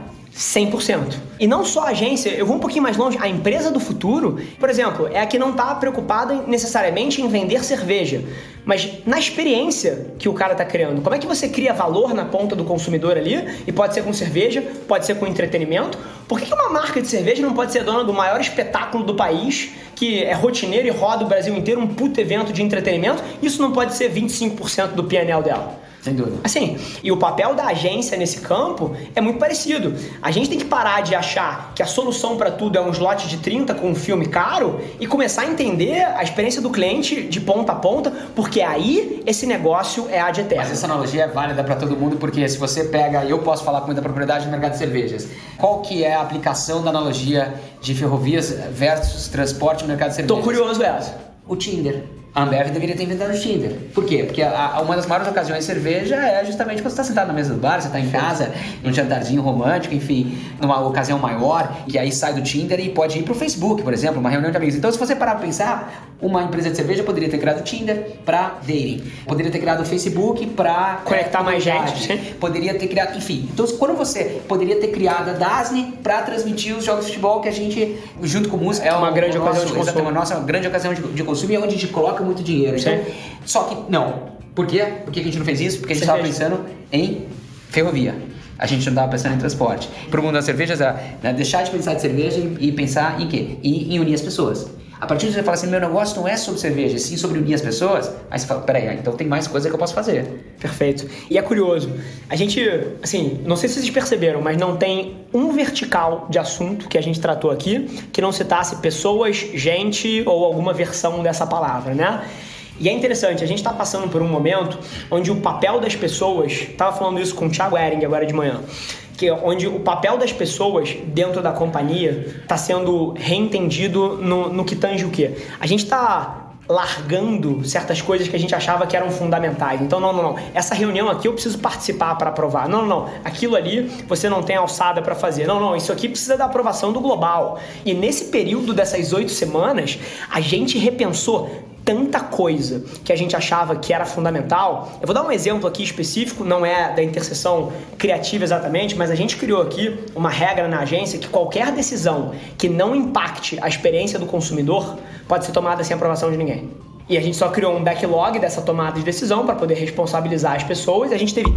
100%. E não só a agência, eu vou um pouquinho mais longe, a empresa do futuro, por exemplo, é a que não está preocupada necessariamente em vender cerveja, mas na experiência que o cara está criando. Como é que você cria valor na ponta do consumidor ali? E pode ser com cerveja, pode ser com entretenimento. Por que uma marca de cerveja não pode ser dona do maior espetáculo do país, que é rotineiro e roda o Brasil inteiro, um puto evento de entretenimento? Isso não pode ser 25% do PNL dela. Sem dúvida. Assim, e o papel da agência nesse campo é muito parecido. A gente tem que parar de achar que a solução para tudo é um slot de 30 com um filme caro e começar a entender a experiência do cliente de ponta a ponta, porque aí esse negócio é ad eterno. Mas essa analogia é válida para todo mundo, porque se você pega, eu posso falar com muita propriedade no mercado de cervejas, qual que é a aplicação da analogia de ferrovias versus transporte no mercado de cervejas? Tô curioso essa. O Tinder. A Ambev deveria ter inventado o Tinder. Por quê? Porque uma das maiores ocasiões de cerveja é justamente quando você está sentado na mesa do bar, você está em casa, num jantarzinho romântico, enfim, numa ocasião maior, que aí sai do Tinder e pode ir pro Facebook, por exemplo, uma reunião de amigos. Então, se você parar para pensar, uma empresa de cerveja poderia ter criado o Tinder para dating, poderia ter criado o Facebook para conectar mais gente, poderia ter criado, enfim. Então, quando você poderia ter criado a Dasni para transmitir os jogos de futebol que a gente, junto com música, é uma grande ocasião de consumo. Uma nossa grande ocasião de consumo e é onde a gente coloca muito dinheiro. Então, só que não. Por quê? Por que a gente não fez isso? Porque a gente estava pensando em ferrovia. A gente não estava pensando em transporte. Para o mundo das cervejas, deixar de pensar de cerveja e pensar em quê? Em unir as pessoas. A partir de você falar assim, meu negócio não é sobre cerveja, sim sobre unir as pessoas, aí você fala, peraí, então tem mais coisa que eu posso fazer. Perfeito. E é curioso, a gente, assim, não sei se vocês perceberam, mas não tem um vertical de assunto que a gente tratou aqui que não citasse pessoas, gente ou alguma versão dessa palavra, né? E é interessante, a gente está passando por um momento onde o papel das pessoas, estava falando isso com o Thiago Ehring agora de manhã, que onde o papel das pessoas dentro da companhia está sendo reentendido no que tange o quê? A gente está largando certas coisas que a gente achava que eram fundamentais. Então, não. Essa reunião aqui eu preciso participar para aprovar. Não. Aquilo ali você não tem alçada para fazer. Não. Isso aqui precisa da aprovação do global. E nesse período dessas 8 semanas, a gente repensou tanta coisa que a gente achava que era fundamental. Eu vou dar um exemplo aqui específico, não é da interseção criativa exatamente, mas a gente criou aqui uma regra na agência que qualquer decisão que não impacte a experiência do consumidor pode ser tomada sem aprovação de ninguém. E a gente só criou um backlog dessa tomada de decisão para poder responsabilizar as pessoas e a gente teve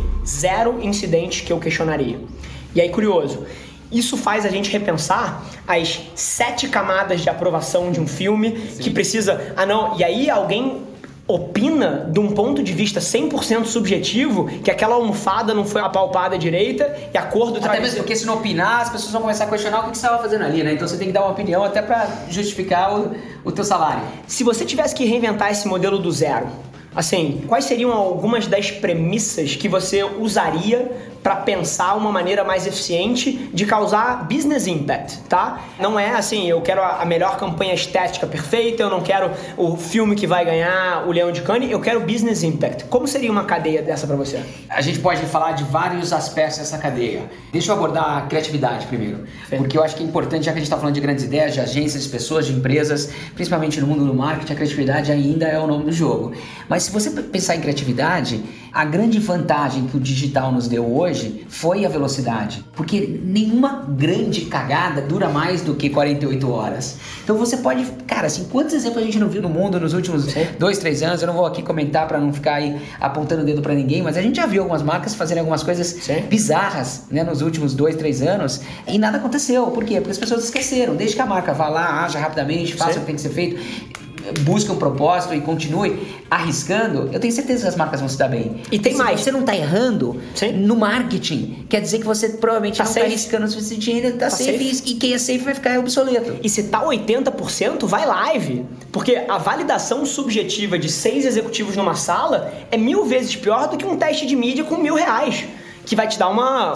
0 incidentes que eu questionaria. E aí, curioso, isso faz a gente repensar as 7 camadas de aprovação de um filme. Sim. Que precisa... E aí alguém opina de um ponto de vista 100% subjetivo que aquela almofada não foi apalpada direita e a cor do travesseiro... Até mesmo porque se não opinar, as pessoas vão começar a questionar o que você estava fazendo ali, né? Então você tem que dar uma opinião até para justificar o teu salário. Se você tivesse que reinventar esse modelo do zero, assim, quais seriam algumas das premissas que você usaria para pensar uma maneira mais eficiente de causar business impact, tá? Não é assim, eu quero a melhor campanha estética perfeita, eu não quero o filme que vai ganhar o Leão de Cannes, eu quero business impact. Como seria uma cadeia dessa para você? A gente pode falar de vários aspectos dessa cadeia. Deixa eu abordar a criatividade primeiro, porque eu acho que é importante, já que a gente está falando de grandes ideias, de agências, de pessoas, de empresas, principalmente no mundo do marketing, a criatividade ainda é o nome do jogo. Mas se você pensar em criatividade, A grande vantagem que o digital nos deu hoje foi a velocidade, porque nenhuma grande cagada dura mais do que 48 horas. Então você pode, cara, assim, quantos exemplos a gente não viu no mundo nos últimos 2, 3 anos? Eu não vou aqui comentar para não ficar aí apontando o dedo para ninguém, mas a gente já viu algumas marcas fazerem algumas coisas bizarras, né, nos últimos 2, 3 anos e nada aconteceu. Por quê? Porque as pessoas esqueceram. Desde que a marca vá lá, haja rapidamente, faça o que tem que ser feito, busque um propósito e continue arriscando, eu tenho certeza que as marcas vão se dar bem. E tem mais. Se você não está errando no marketing, quer dizer que você provavelmente não está arriscando o suficiente, ainda está safe. E quem é safe vai ficar obsoleto. E se tá 80%, vai live. Porque a validação subjetiva de 6 executivos numa sala é 1000 vezes pior do que um teste de mídia com R$1.000. Que vai te dar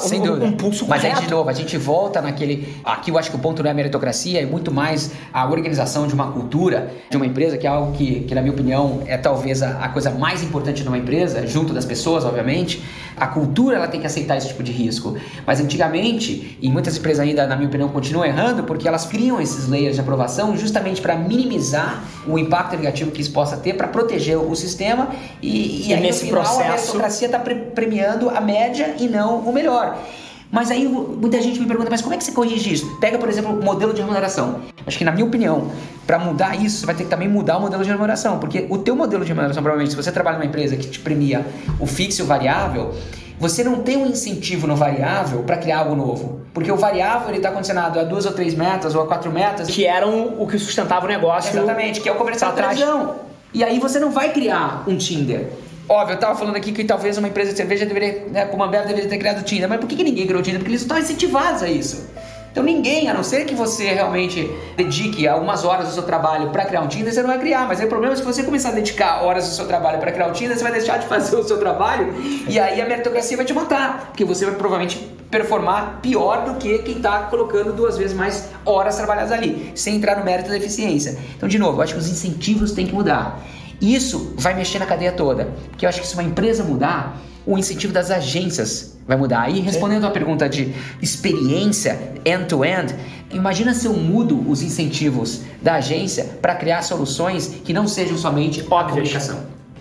um pulso correto. Mas aí, de novo, a gente volta naquele... Aqui eu acho que o ponto não é a meritocracia, é muito mais a organização de uma cultura, de uma empresa, que é algo que na minha opinião, é talvez a coisa mais importante de uma empresa, junto das pessoas, obviamente. A cultura, ela tem que aceitar esse tipo de risco. Mas antigamente, e muitas empresas ainda, na minha opinião, continuam errando, porque elas criam esses layers de aprovação justamente para minimizar o impacto negativo que isso possa ter, para proteger o sistema. E aí, nesse no final, processo, a meritocracia está premiando a média e não o melhor. Mas aí muita gente me pergunta, mas como é que você corrige isso? Pega, por exemplo, o modelo de remuneração. Acho que, na minha opinião, para mudar isso, você vai ter que também mudar o modelo de remuneração, porque o teu modelo de remuneração, provavelmente, se você trabalha numa empresa que te premia o fixo e o variável, você não tem um incentivo no variável para criar algo novo. Porque o variável ele está condicionado a 2 ou 3 metas ou a 4 metas. Que eram o que sustentava o negócio. Exatamente, que é o comercial de televisão. E aí você não vai criar um Tinder. Óbvio, eu tava falando aqui que talvez uma empresa de cerveja deveria, né, como a Ambev deveria ter criado o Tinder, mas por que ninguém criou o Tinder? Porque eles estão incentivados a isso. Então ninguém, a não ser que você realmente dedique algumas horas do seu trabalho para criar um Tinder, você não vai criar. Mas aí o problema é que se você começar a dedicar horas do seu trabalho para criar um Tinder, você vai deixar de fazer o seu trabalho e aí a meritocracia vai te matar, porque você vai provavelmente performar pior do que quem está colocando 2 vezes mais horas trabalhadas ali, sem entrar no mérito da eficiência. Então, de novo, eu acho que os incentivos têm que mudar. Isso vai mexer na cadeia toda, porque eu acho que se uma empresa mudar, o incentivo das agências vai mudar. E respondendo a pergunta de experiência end-to-end, imagina se eu mudo os incentivos da agência para criar soluções que não sejam somente a comunicação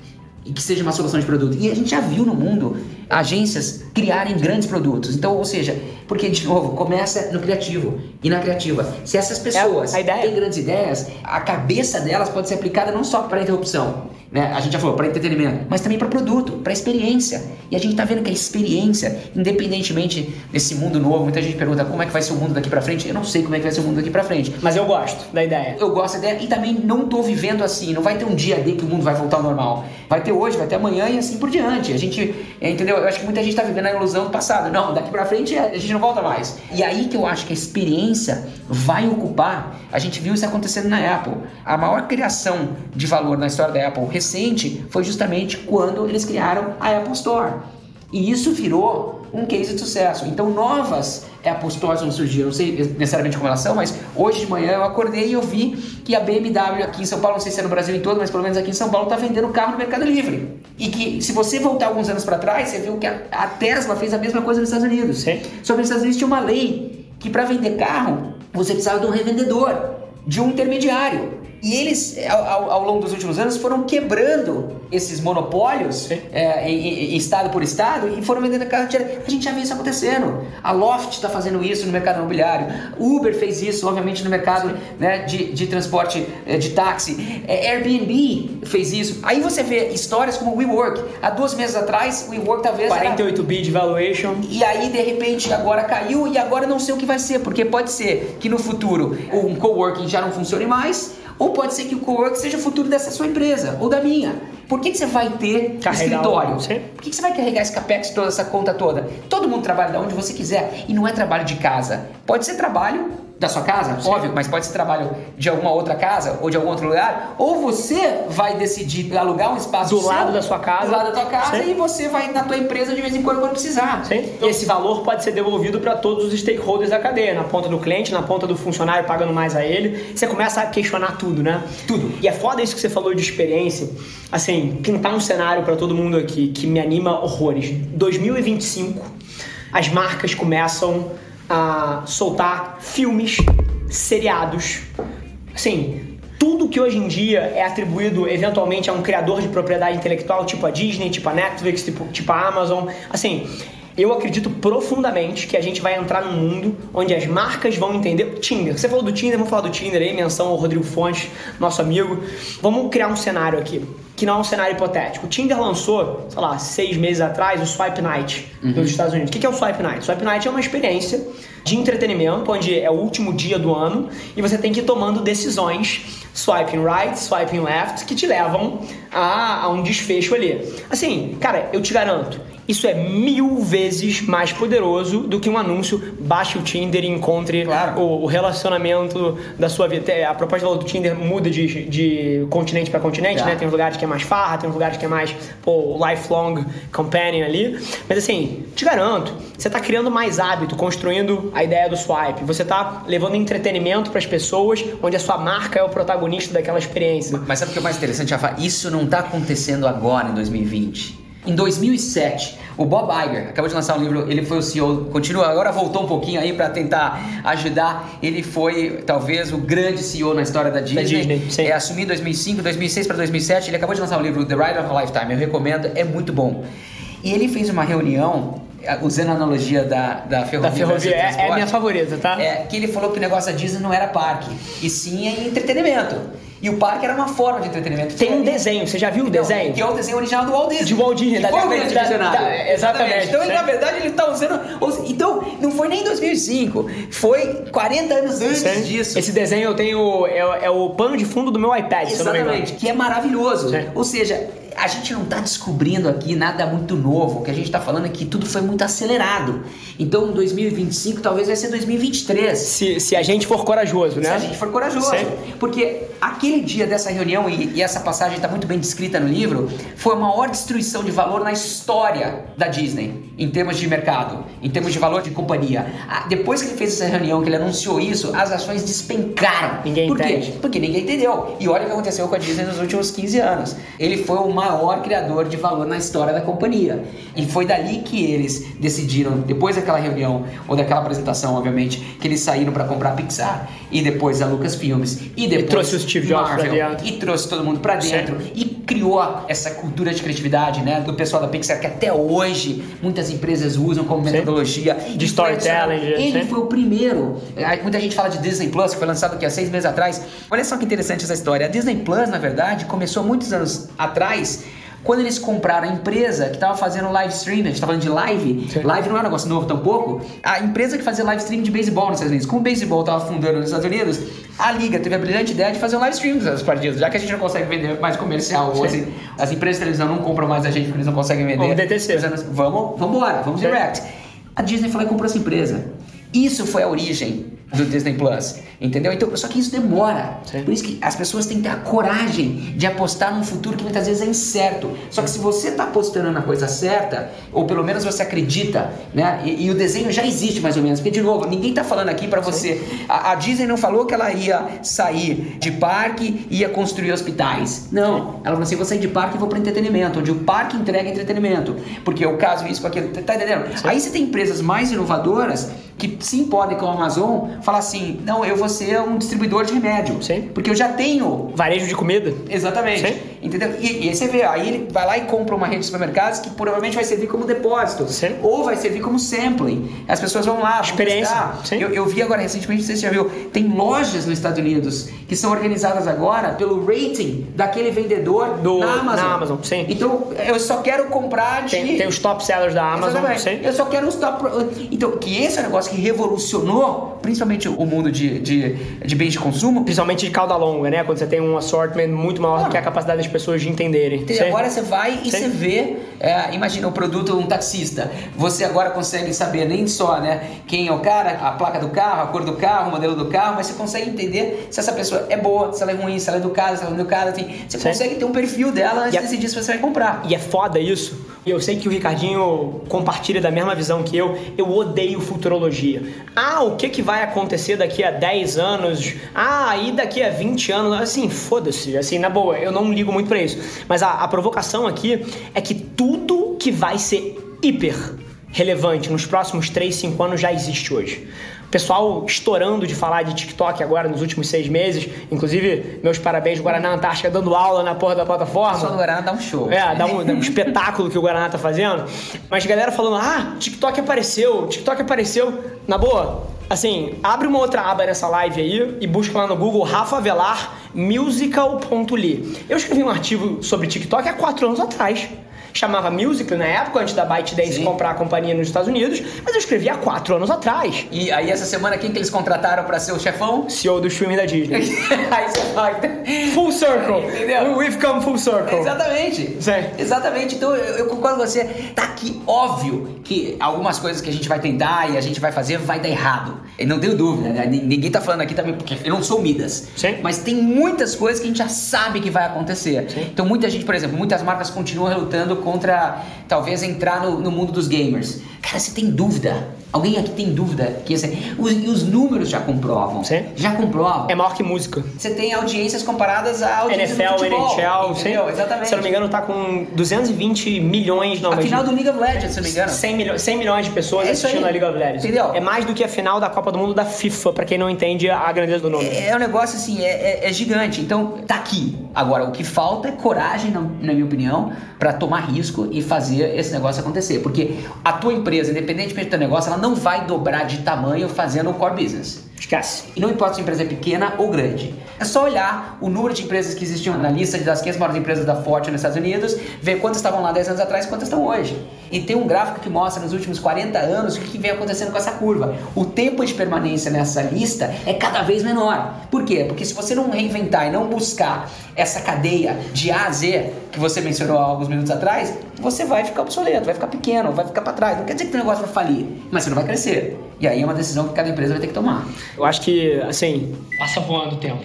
e que seja uma solução de produto. E a gente já viu no mundo agências criarem grandes produtos. Então, ou seja, porque, de novo, começa no criativo e na criativa. Se essas pessoas têm grandes ideias, a cabeça delas pode ser aplicada não só para interrupção, né? A gente já falou, para entretenimento, mas também para produto, para experiência. E a gente está vendo que a experiência, independentemente desse mundo novo, muita gente pergunta como é que vai ser o mundo daqui para frente. Eu não sei como é que vai ser o mundo daqui para frente. Mas eu gosto da ideia. Eu gosto da ideia e também não estou vivendo assim. Não vai ter um dia D que o mundo vai voltar ao normal. Vai ter hoje, vai ter amanhã e assim por diante. A gente, entendeu? Eu acho que muita gente está vivendo a ilusão do passado. Não, daqui para frente a gente não volta mais. E aí que eu acho que a experiência vai ocupar. A gente viu isso acontecendo na Apple. A maior criação de valor na história da Apple recente foi justamente quando eles criaram a Apple Store. E isso virou um case de sucesso. Então novas Apple Stores vão surgir. Eu não sei necessariamente como elas são, mas hoje de manhã eu acordei e eu vi que a BMW aqui em São Paulo, não sei se é no Brasil todo, mas pelo menos aqui em São Paulo, está vendendo carro no Mercado Livre. E que se você voltar alguns anos para trás, você viu que a Tesla fez a mesma coisa nos Estados Unidos. Sim. Só que nos Estados Unidos tinha uma lei que para vender carro, você precisava de um revendedor, de um intermediário. E eles, ao longo dos últimos anos, foram quebrando esses monopólios em estado por estado e foram vendendo carro. A gente já viu isso acontecendo. A Loft está fazendo isso no mercado imobiliário. Uber fez isso, obviamente, no mercado, né, de transporte de táxi. Airbnb fez isso. Aí você vê histórias como o WeWork. Há 2 meses atrás, o WeWork talvez 48 bi de valuation. E aí, de repente, agora caiu e agora não sei o que vai ser. Porque pode ser que no futuro um coworking já não funcione mais. Ou pode ser que o cowork seja o futuro dessa sua empresa, ou da minha. Por que você vai ter escritório? Por que você vai carregar esse capex toda, essa conta toda? Todo mundo trabalha de onde você quiser e não é trabalho de casa. Pode ser trabalho da sua casa, óbvio, mas pode ser trabalho de alguma outra casa ou de algum outro lugar. Ou você vai decidir alugar um espaço do lado da sua casa. Do lado da tua casa e você vai na tua empresa de vez em quando precisar. Então, e esse valor pode ser devolvido para todos os stakeholders da cadeia, na ponta do cliente, na ponta do funcionário pagando mais a ele. Você começa a questionar tudo, né? Tudo. E é foda isso que você falou de experiência. Assim, pintar um cenário para todo mundo aqui que me anima horrores. 2025, as marcas começam a soltar filmes, seriados, assim, tudo que hoje em dia é atribuído eventualmente a um criador de propriedade intelectual, tipo a Disney, tipo a Netflix, tipo a Amazon, assim, eu acredito profundamente que a gente vai entrar num mundo onde as marcas vão entender. Tinder, você falou do Tinder, vamos falar do Tinder aí, menção ao Rodrigo Fontes, nosso amigo. Vamos criar um cenário aqui, que não é um cenário hipotético. O Tinder lançou, sei lá, 6 meses atrás, o Swipe Night dos Estados Unidos. O que é o Swipe Night? O Swipe Night é uma experiência de entretenimento, onde é o último dia do ano e você tem que ir tomando decisões, swiping right, swiping left, que te levam a um desfecho ali. Assim, cara, eu te garanto, isso é 1000 vezes mais poderoso do que um anúncio, baixe o Tinder e encontre o relacionamento da sua vida. A proposta do Tinder muda de continente para continente, né? Tem uns lugares que é mais farra, tem uns lugares que é mais lifelong companion ali. Mas assim, te garanto, você tá criando mais hábito, construindo a ideia do swipe. Você tá levando entretenimento para as pessoas, onde a sua marca é o protagonista daquela experiência. Mas sabe o que é mais interessante, Rafa? Isso não tá acontecendo agora, em 2020. Em 2007, o Bob Iger acabou de lançar um livro, ele foi o CEO, continua, agora voltou um pouquinho aí para tentar ajudar. Ele foi talvez o grande CEO na história da Disney. Assumiu em 2005, 2006 para 2007. Ele acabou de lançar o livro The Ride of a Lifetime, eu recomendo, é muito bom. E ele fez uma reunião, usando a analogia da ferrovia. Da ferrovia, é a minha favorita, tá? Que ele falou que o negócio da Disney não era parque, e sim entretenimento. E o parque era uma forma de entretenimento. Tem um desenho, você já viu o desenho? Que é o desenho original do Walt Disney. De Walt Disney, exatamente. Então, ele, na verdade, ele tá usando... Então, não foi nem em 2005, foi 40 anos antes disso. Esse desenho eu tenho... É o pano de fundo do meu iPad, se eu não me engano. Exatamente, que é maravilhoso. Sim. Ou seja, a gente não está descobrindo aqui nada muito novo. O que a gente está falando é que tudo foi muito acelerado. Então, 2025 talvez vai ser 2023. Se a gente for corajoso, né? Se a gente for corajoso. Sim. Porque aquele dia dessa reunião, e essa passagem está muito bem descrita no livro, foi a maior destruição de valor na história da Disney, em termos de mercado, em termos de valor de companhia. Depois que ele fez essa reunião, que ele anunciou isso, as ações despencaram. Ninguém entende. Porque ninguém entendeu. E olha o que aconteceu com a Disney nos últimos 15 anos. Ele foi o maior criador de valor na história da companhia. E foi dali que eles decidiram, depois daquela reunião, ou daquela apresentação, obviamente, que eles saíram para comprar a Pixar, e depois a Lucasfilmes, e depois trouxe o Steve Jobs Marvel, pra dentro. e trouxe todo mundo para dentro, e criou essa cultura de criatividade, né, do pessoal da Pixar, que até hoje muitas empresas usam como metodologia de storytelling. Ele foi o primeiro. Muita gente fala de Disney Plus, que foi lançado aqui há 6 meses atrás. Olha só que interessante essa história. A Disney Plus, na verdade, começou muitos anos atrás, quando eles compraram a empresa que estava fazendo live stream. A gente está falando de live. Sim. Live não é um negócio novo tampouco. A empresa que fazia live stream de beisebol nos Estados Unidos. Como o beisebol estava fundando nos Estados Unidos, a liga teve a brilhante ideia de fazer um live stream das partidas. Já que a gente não consegue vender mais comercial, ou as empresas de televisão não compram mais a gente porque eles não conseguem vender. Vamos DTC. Vamos embora, vamos direct. A Disney falou e comprou essa empresa. Isso foi a origem do Disney Plus, entendeu? Então, só que isso demora. Sim. Por isso que as pessoas têm que ter a coragem de apostar num futuro que muitas vezes é incerto. Só que se você está apostando na coisa certa, ou pelo menos você acredita, né? E o desenho já existe mais ou menos. Porque, de novo, ninguém está falando aqui para você. A Disney não falou que ela ia sair de parque e ia construir hospitais. Não. Ela falou assim, vou sair de parque e vou para entretenimento, onde o parque entrega entretenimento. Porque eu caso isso com aquilo. Tá entendendo? Sim. Aí você tem empresas mais inovadoras que sim podem, como a Amazon, falar assim, não, eu vou ser um distribuidor de remédio. Sim. Porque eu já tenho... Varejo de comida. Exatamente. Sim. Entendeu? E aí você vê, aí ele vai lá e compra uma rede de supermercados que provavelmente vai servir como depósito. Sim. Ou vai servir como sampling. As pessoas vão lá, experiência. Eu vi agora recentemente, não sei se você já viu, tem lojas nos Estados Unidos que são organizadas agora pelo rating daquele vendedor na Amazon. Sim. Então, eu só quero comprar de... Tem os top sellers da Amazon. Sim. Eu só quero os top... Então, que esse é um negócio que revolucionou, principalmente o mundo de bens de consumo. Principalmente de cauda longa, né? Quando você tem um assortment muito maior do que a capacidade das pessoas de entenderem. Então, agora você vai e você vê, imagina o produto, um taxista. Você agora consegue saber nem só, né, quem é o cara, a placa do carro, a cor do carro, o modelo do carro, mas você consegue entender se essa pessoa é boa, se ela é ruim, se ela é educada, se ela não é educada. Assim, você consegue ter um perfil dela antes de decidir se você vai comprar. E é foda isso. E eu sei que o Ricardinho compartilha da mesma visão que eu odeio futurologia. O que vai acontecer daqui a 10 anos? E daqui a 20 anos? Assim, foda-se. Assim, na boa, eu não ligo muito pra isso. Mas a provocação aqui é que tudo que vai ser hiper relevante nos próximos 3, 5 anos já existe hoje. O pessoal estourando de falar de TikTok agora nos últimos 6 meses. Inclusive, meus parabéns ao Guaraná Antártica dando aula na porra da plataforma. Só do Guaraná dá um show. Dá um espetáculo que o Guaraná tá fazendo. Mas galera falando, TikTok apareceu. Na boa, assim, abre uma outra aba nessa live aí e busca lá no Google Rafa Avelar musical.ly. Eu escrevi um artigo sobre TikTok há 4 anos atrás. Chamava Musical na época, antes da ByteDance comprar a companhia nos Estados Unidos, mas eu escrevi há 4 anos atrás. E aí essa semana quem que eles contrataram pra ser o chefão? CEO do streaming da Disney. Aí você fala... Full circle. Entendeu? We've come full circle. Exatamente. Sim. Exatamente. Então eu concordo com você. Tá aqui óbvio que algumas coisas que a gente vai tentar e a gente vai fazer vai dar errado. Eu não tenho dúvida, né? Ninguém tá falando aqui também, porque eu não sou Midas. Sim. Mas tem muitas coisas que a gente já sabe que vai acontecer. Sim. Então muita gente, por exemplo, muitas marcas continuam relutando contra talvez entrar no mundo dos gamers. Cara, você tem dúvida? Alguém aqui tem dúvida? Que os números já comprovam. Sim. Já comprovam. É maior que música. Você tem audiências comparadas à audiência NFL, do futebol. NHL, entendeu? sim. Exatamente. Se eu não me engano, tá com 220 milhões... A final do League of Legends, se eu não me engano. 100 milhões de pessoas assistindo a League of Legends. Entendeu? É mais do que a final da Copa do Mundo da FIFA, pra quem não entende a grandeza do nome. É um negócio assim, é gigante. Então, tá aqui. Agora, o que falta é coragem, na minha opinião, pra tomar risco e fazer esse negócio acontecer. Porque a tua empresa, independentemente do teu negócio, ela não vai dobrar de tamanho fazendo o core business. Esquece. E não importa se a empresa é pequena ou grande. É só olhar o número de empresas que existiam na lista das 500 maiores empresas da Fortune nos Estados Unidos, ver quantas estavam lá 10 anos atrás e quantas estão hoje. E tem um gráfico que mostra nos últimos 40 anos o que vem acontecendo com essa curva. O tempo de permanência nessa lista é cada vez menor. Por quê? Porque se você não reinventar e não buscar essa cadeia de A a Z que você mencionou há alguns minutos atrás, você vai ficar obsoleto, vai ficar pequeno, vai ficar para trás. Não quer dizer que o negócio vai falir, mas você não vai crescer. E aí é uma decisão que cada empresa vai ter que tomar. Eu acho que, assim, passa voando o tempo,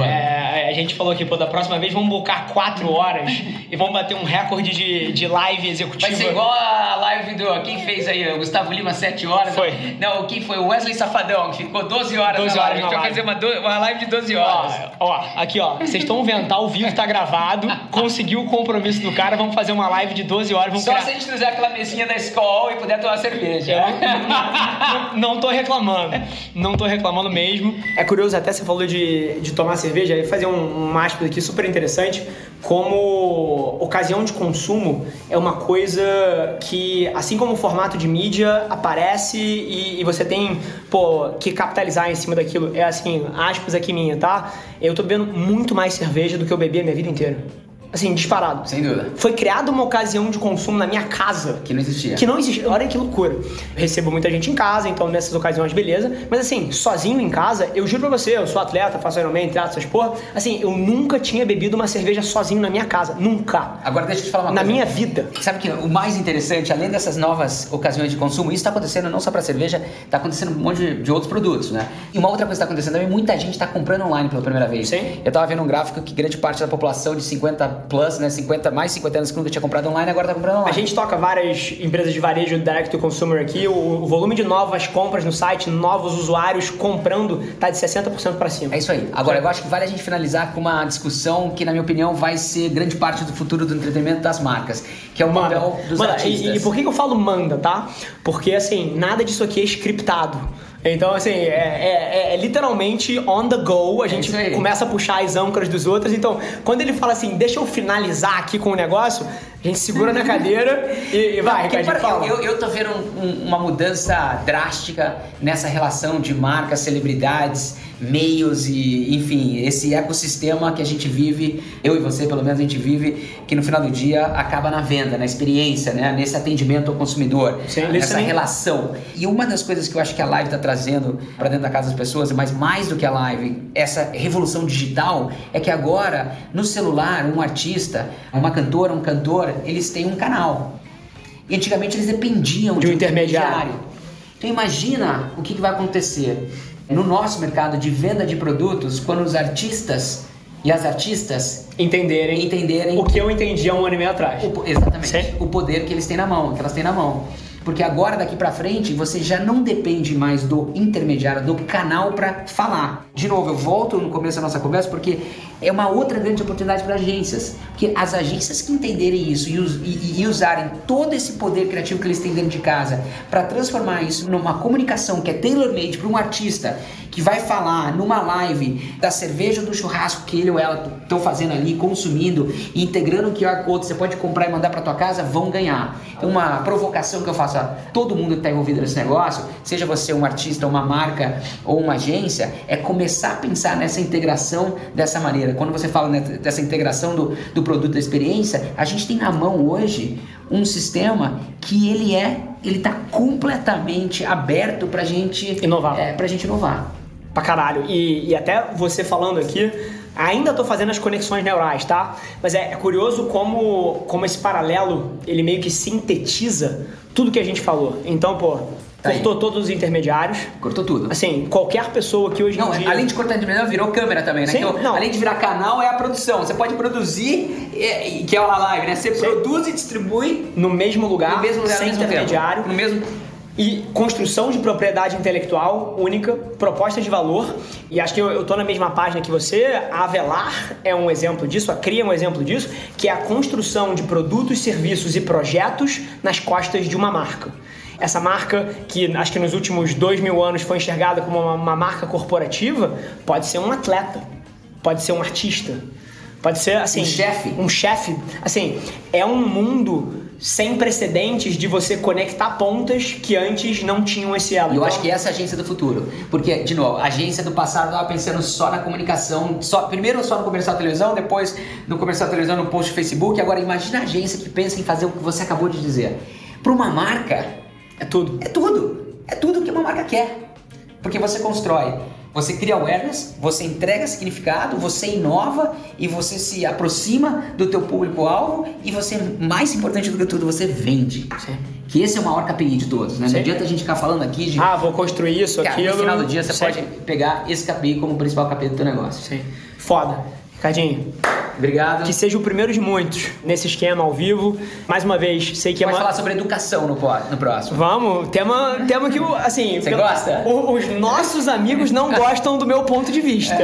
né? A gente falou aqui, da próxima vez vamos buscar 4 horas e vamos bater um recorde de live executiva. Vai ser igual a live do... Quem fez aí? O Gustavo Lima, 7 horas. Foi. Não, quem foi? O Wesley Safadão, que ficou 12 horas 12 na horas live. A gente vai fazer uma live de 12 horas. Aqui, vocês estão vendo, tá ao vivo, tá gravado, conseguiu o compromisso do cara, vamos fazer uma live de 12 horas. Vamos Só se a gente fizer aquela mesinha da Skol e puder tomar cerveja. Não tô reclamando mesmo. É curioso, até você falou de tomar cerveja, e fazer um aspas aqui super interessante, como ocasião de consumo é uma coisa que, assim como o formato de mídia aparece e você tem, que capitalizar em cima daquilo. É assim, aspas aqui minha, tá? Eu tô bebendo muito mais cerveja do que eu bebi a minha vida inteira. Assim, disparado. Sem dúvida. Foi criada uma ocasião de consumo na minha casa. Que não existia. Que não existia. Olha que loucura. Eu recebo muita gente em casa, então nessas ocasiões, beleza. Mas assim, sozinho em casa, eu juro pra você, eu sou atleta, faço Ironman, triatlo, essas porra. Assim, eu nunca tinha bebido uma cerveja sozinho na minha casa. Nunca. Agora deixa eu te falar uma coisa. Na minha vida. Sabe que o mais interessante, além dessas novas ocasiões de consumo, isso tá acontecendo não só pra cerveja, tá acontecendo um monte de outros produtos, né? E uma outra coisa que tá acontecendo também, muita gente tá comprando online pela primeira vez. Sim. Eu tava vendo um gráfico que grande parte da população de 50 plus, né, mais 50 anos que nunca tinha comprado online, agora tá comprando online. A gente toca várias empresas de varejo direct to consumer aqui, o volume de novas compras no site, novos usuários comprando, tá de 60% para cima. É isso aí. Agora, eu acho que vale a gente finalizar com uma discussão que, na minha opinião, vai ser grande parte do futuro do entretenimento das marcas, que é o papel dos artistas. E por que eu falo manda, tá? Porque, assim, nada disso aqui é scriptado. Então, assim, é literalmente on the go, a gente começa a puxar as âncoras dos outros. Então, quando ele fala assim, deixa eu finalizar aqui com o negócio, a gente segura na cadeira e vai, Ricardinho, fala. Eu tô vendo uma mudança drástica nessa relação de marcas, celebridades, meios e, enfim, esse ecossistema que a gente vive, eu e você, pelo menos, a gente vive, que no final do dia acaba na venda, na experiência, né? Nesse atendimento ao consumidor, nessa relação. E uma das coisas que eu acho que a live tá trazendo para dentro da casa das pessoas, mas mais do que a live, essa revolução digital, é que agora, no celular, um artista, uma cantora, um cantor, eles têm um canal. E antigamente eles dependiam de um intermediário. Então imagina o que vai acontecer no nosso mercado de venda de produtos quando os artistas e as artistas entenderem o que eu entendi há um ano e meio atrás. Exatamente. Sim. O poder que eles têm na mão, que elas têm na mão. Porque agora, daqui pra frente, você já não depende mais do intermediário, do canal pra falar. De novo, eu volto no começo da nossa conversa, porque é uma outra grande oportunidade para agências, porque as agências que entenderem isso e usarem todo esse poder criativo que eles têm dentro de casa para transformar isso numa comunicação que é tailor-made para um artista que vai falar numa live da cerveja ou do churrasco que ele ou ela estão fazendo ali, consumindo, e integrando o QR Code, você pode comprar e mandar para tua casa, vão ganhar. Uma provocação que eu faço a todo mundo que está envolvido nesse negócio, seja você um artista, uma marca ou uma agência, é começar a pensar nessa integração dessa maneira. Quando você fala dessa integração do produto, da experiência, a gente tem na mão hoje um sistema que ele está completamente aberto pra gente inovar. Pra gente inovar. Pra caralho. E até você falando aqui, ainda tô fazendo as conexões neurais, tá? Mas é curioso como esse paralelo, ele meio que sintetiza tudo que a gente falou. Então, cortou todos os intermediários. Cortou tudo. Assim, qualquer pessoa que hoje em dia... Além de cortar intermediário, virou câmera também, né? Sim, então, além de virar canal, é a produção. Você pode produzir, que é uma live, né? Você produz e distribui... No mesmo lugar, sem intermediário. No mesmo... E construção de propriedade intelectual única, propostas de valor, e acho que eu tô na mesma página que você. A Avelar é um exemplo disso, a Cria é um exemplo disso, que é a construção de produtos, serviços e projetos nas costas de uma marca. Essa marca, que acho que nos últimos 2000 anos foi enxergada como uma marca corporativa, pode ser um atleta, pode ser um artista, pode ser assim, um chefe. Assim, é um mundo sem precedentes de você conectar pontas que antes não tinham esse elo. E eu acho que essa é a agência do futuro. Porque, de novo, a agência do passado estava pensando só na comunicação, primeiro só no comercial de televisão, depois no comercial de televisão, no post do Facebook. Agora imagina a agência que pensa em fazer o que você acabou de dizer. Para uma marca, é tudo. É tudo. É tudo que uma marca quer. Porque você constrói, você cria awareness, você entrega significado, você inova e você se aproxima do teu público-alvo e você, mais importante do que tudo, você vende. Sim. Que esse é o maior KPI de todos, né? Não adianta a gente ficar falando aqui de... vou construir isso, aquilo... No final do dia você pode pegar esse KPI como o principal KPI do teu negócio. Sim. Foda. Ricardinho, obrigado. Que seja o primeiro de muitos nesse esquema ao vivo. Mais uma vez, sei que Vai falar sobre educação no próximo. Vamos, tema que, assim... Você gosta? Os nossos amigos não gostam do meu ponto de vista.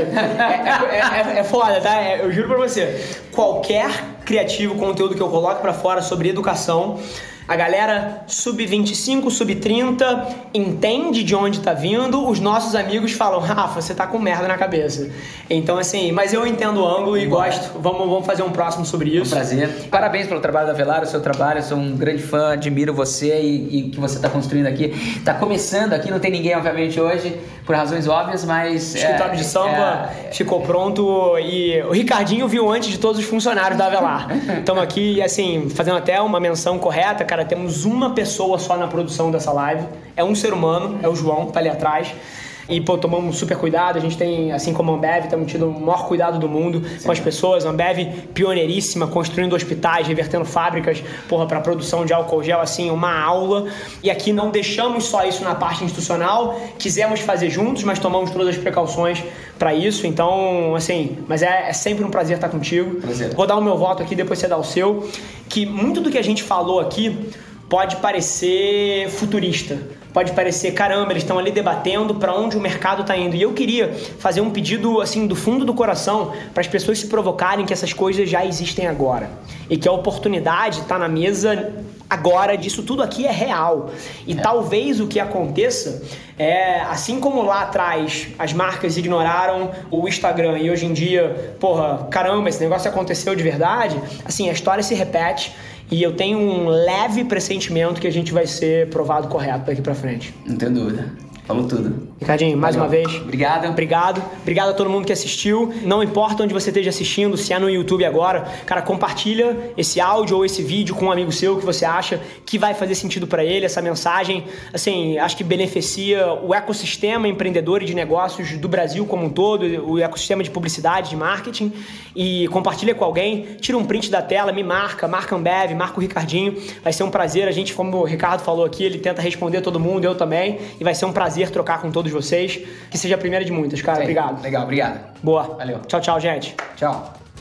É foda, tá? Eu juro pra você. Qualquer criativo, conteúdo que eu coloque pra fora sobre educação... A galera sub-25, sub-30 entende de onde tá vindo, os nossos amigos falam, Rafa, você tá com merda na cabeça. Então, assim, mas eu entendo o ângulo e gosto. Vamos fazer um próximo sobre isso. Um prazer. Parabéns pelo trabalho da Avelar, o seu trabalho. Eu sou um grande fã, admiro você e o que você tá construindo aqui. Tá começando aqui, não tem ninguém, obviamente, hoje, por razões óbvias, mas... O escritório de samba ficou pronto e o Ricardinho viu antes de todos os funcionários da Avelar. Estamos aqui, assim, fazendo até uma menção correta, cara. Temos uma pessoa só na produção dessa live. É um ser humano, é o João, tá ali atrás. E, tomamos super cuidado. A gente tem, assim como a Ambev, temos tido o maior cuidado do mundo com as pessoas. A Ambev, pioneiríssima, construindo hospitais, revertendo fábricas, pra produção de álcool gel, assim, uma aula. E aqui não deixamos só isso na parte institucional. Quisemos fazer juntos, mas tomamos todas as precauções para isso. Então, assim, mas é sempre um prazer estar contigo. Prazer. Vou dar o meu voto aqui, depois você dá o seu. Que muito do que a gente falou aqui pode parecer futurista. Pode parecer, caramba, eles estão ali debatendo para onde o mercado está indo. E eu queria fazer um pedido, assim, do fundo do coração para as pessoas se provocarem que essas coisas já existem agora. E que a oportunidade está na mesa agora, disso tudo aqui é real. E talvez o que aconteça é, assim como lá atrás as marcas ignoraram o Instagram e hoje em dia, caramba, esse negócio aconteceu de verdade, assim, a história se repete. E eu tenho um leve pressentimento que a gente vai ser provado correto daqui pra frente. Não tenho dúvida. Falou tudo. Ricardinho, mais uma vez. Obrigado. Obrigado a todo mundo que assistiu. Não importa onde você esteja assistindo, se é no YouTube agora, cara, compartilha esse áudio ou esse vídeo com um amigo seu que você acha que vai fazer sentido pra ele, essa mensagem, assim, acho que beneficia o ecossistema empreendedor e de negócios do Brasil como um todo, o ecossistema de publicidade, de marketing, e compartilha com alguém, tira um print da tela, me marca Ambev, marca o Ricardinho, vai ser um prazer, a gente, como o Ricardo falou aqui, ele tenta responder todo mundo, eu também, e vai ser um prazer trocar com todos vocês. Que seja a primeira de muitas, cara. Sim. Obrigado. Legal, obrigado. Boa. Valeu. Tchau, gente. Tchau.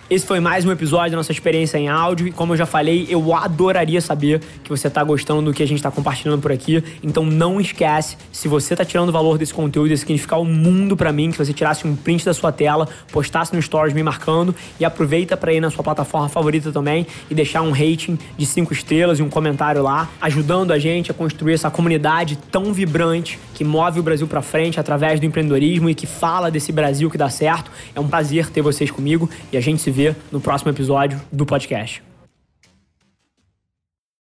Esse foi mais um episódio da nossa experiência em áudio e, como eu já falei, eu adoraria saber que você tá gostando do que a gente tá compartilhando por aqui. Então não esquece, se você tá tirando valor desse conteúdo, ia significar o mundo pra mim, que você tirasse um print da sua tela, postasse no Stories me marcando e aproveita pra ir na sua plataforma favorita também e deixar um rating de 5 estrelas e um comentário lá, ajudando a gente a construir essa comunidade tão vibrante que move o Brasil pra frente através do empreendedorismo e que fala desse Brasil que dá certo. É um prazer ter vocês comigo e a gente se vê no próximo episódio do podcast.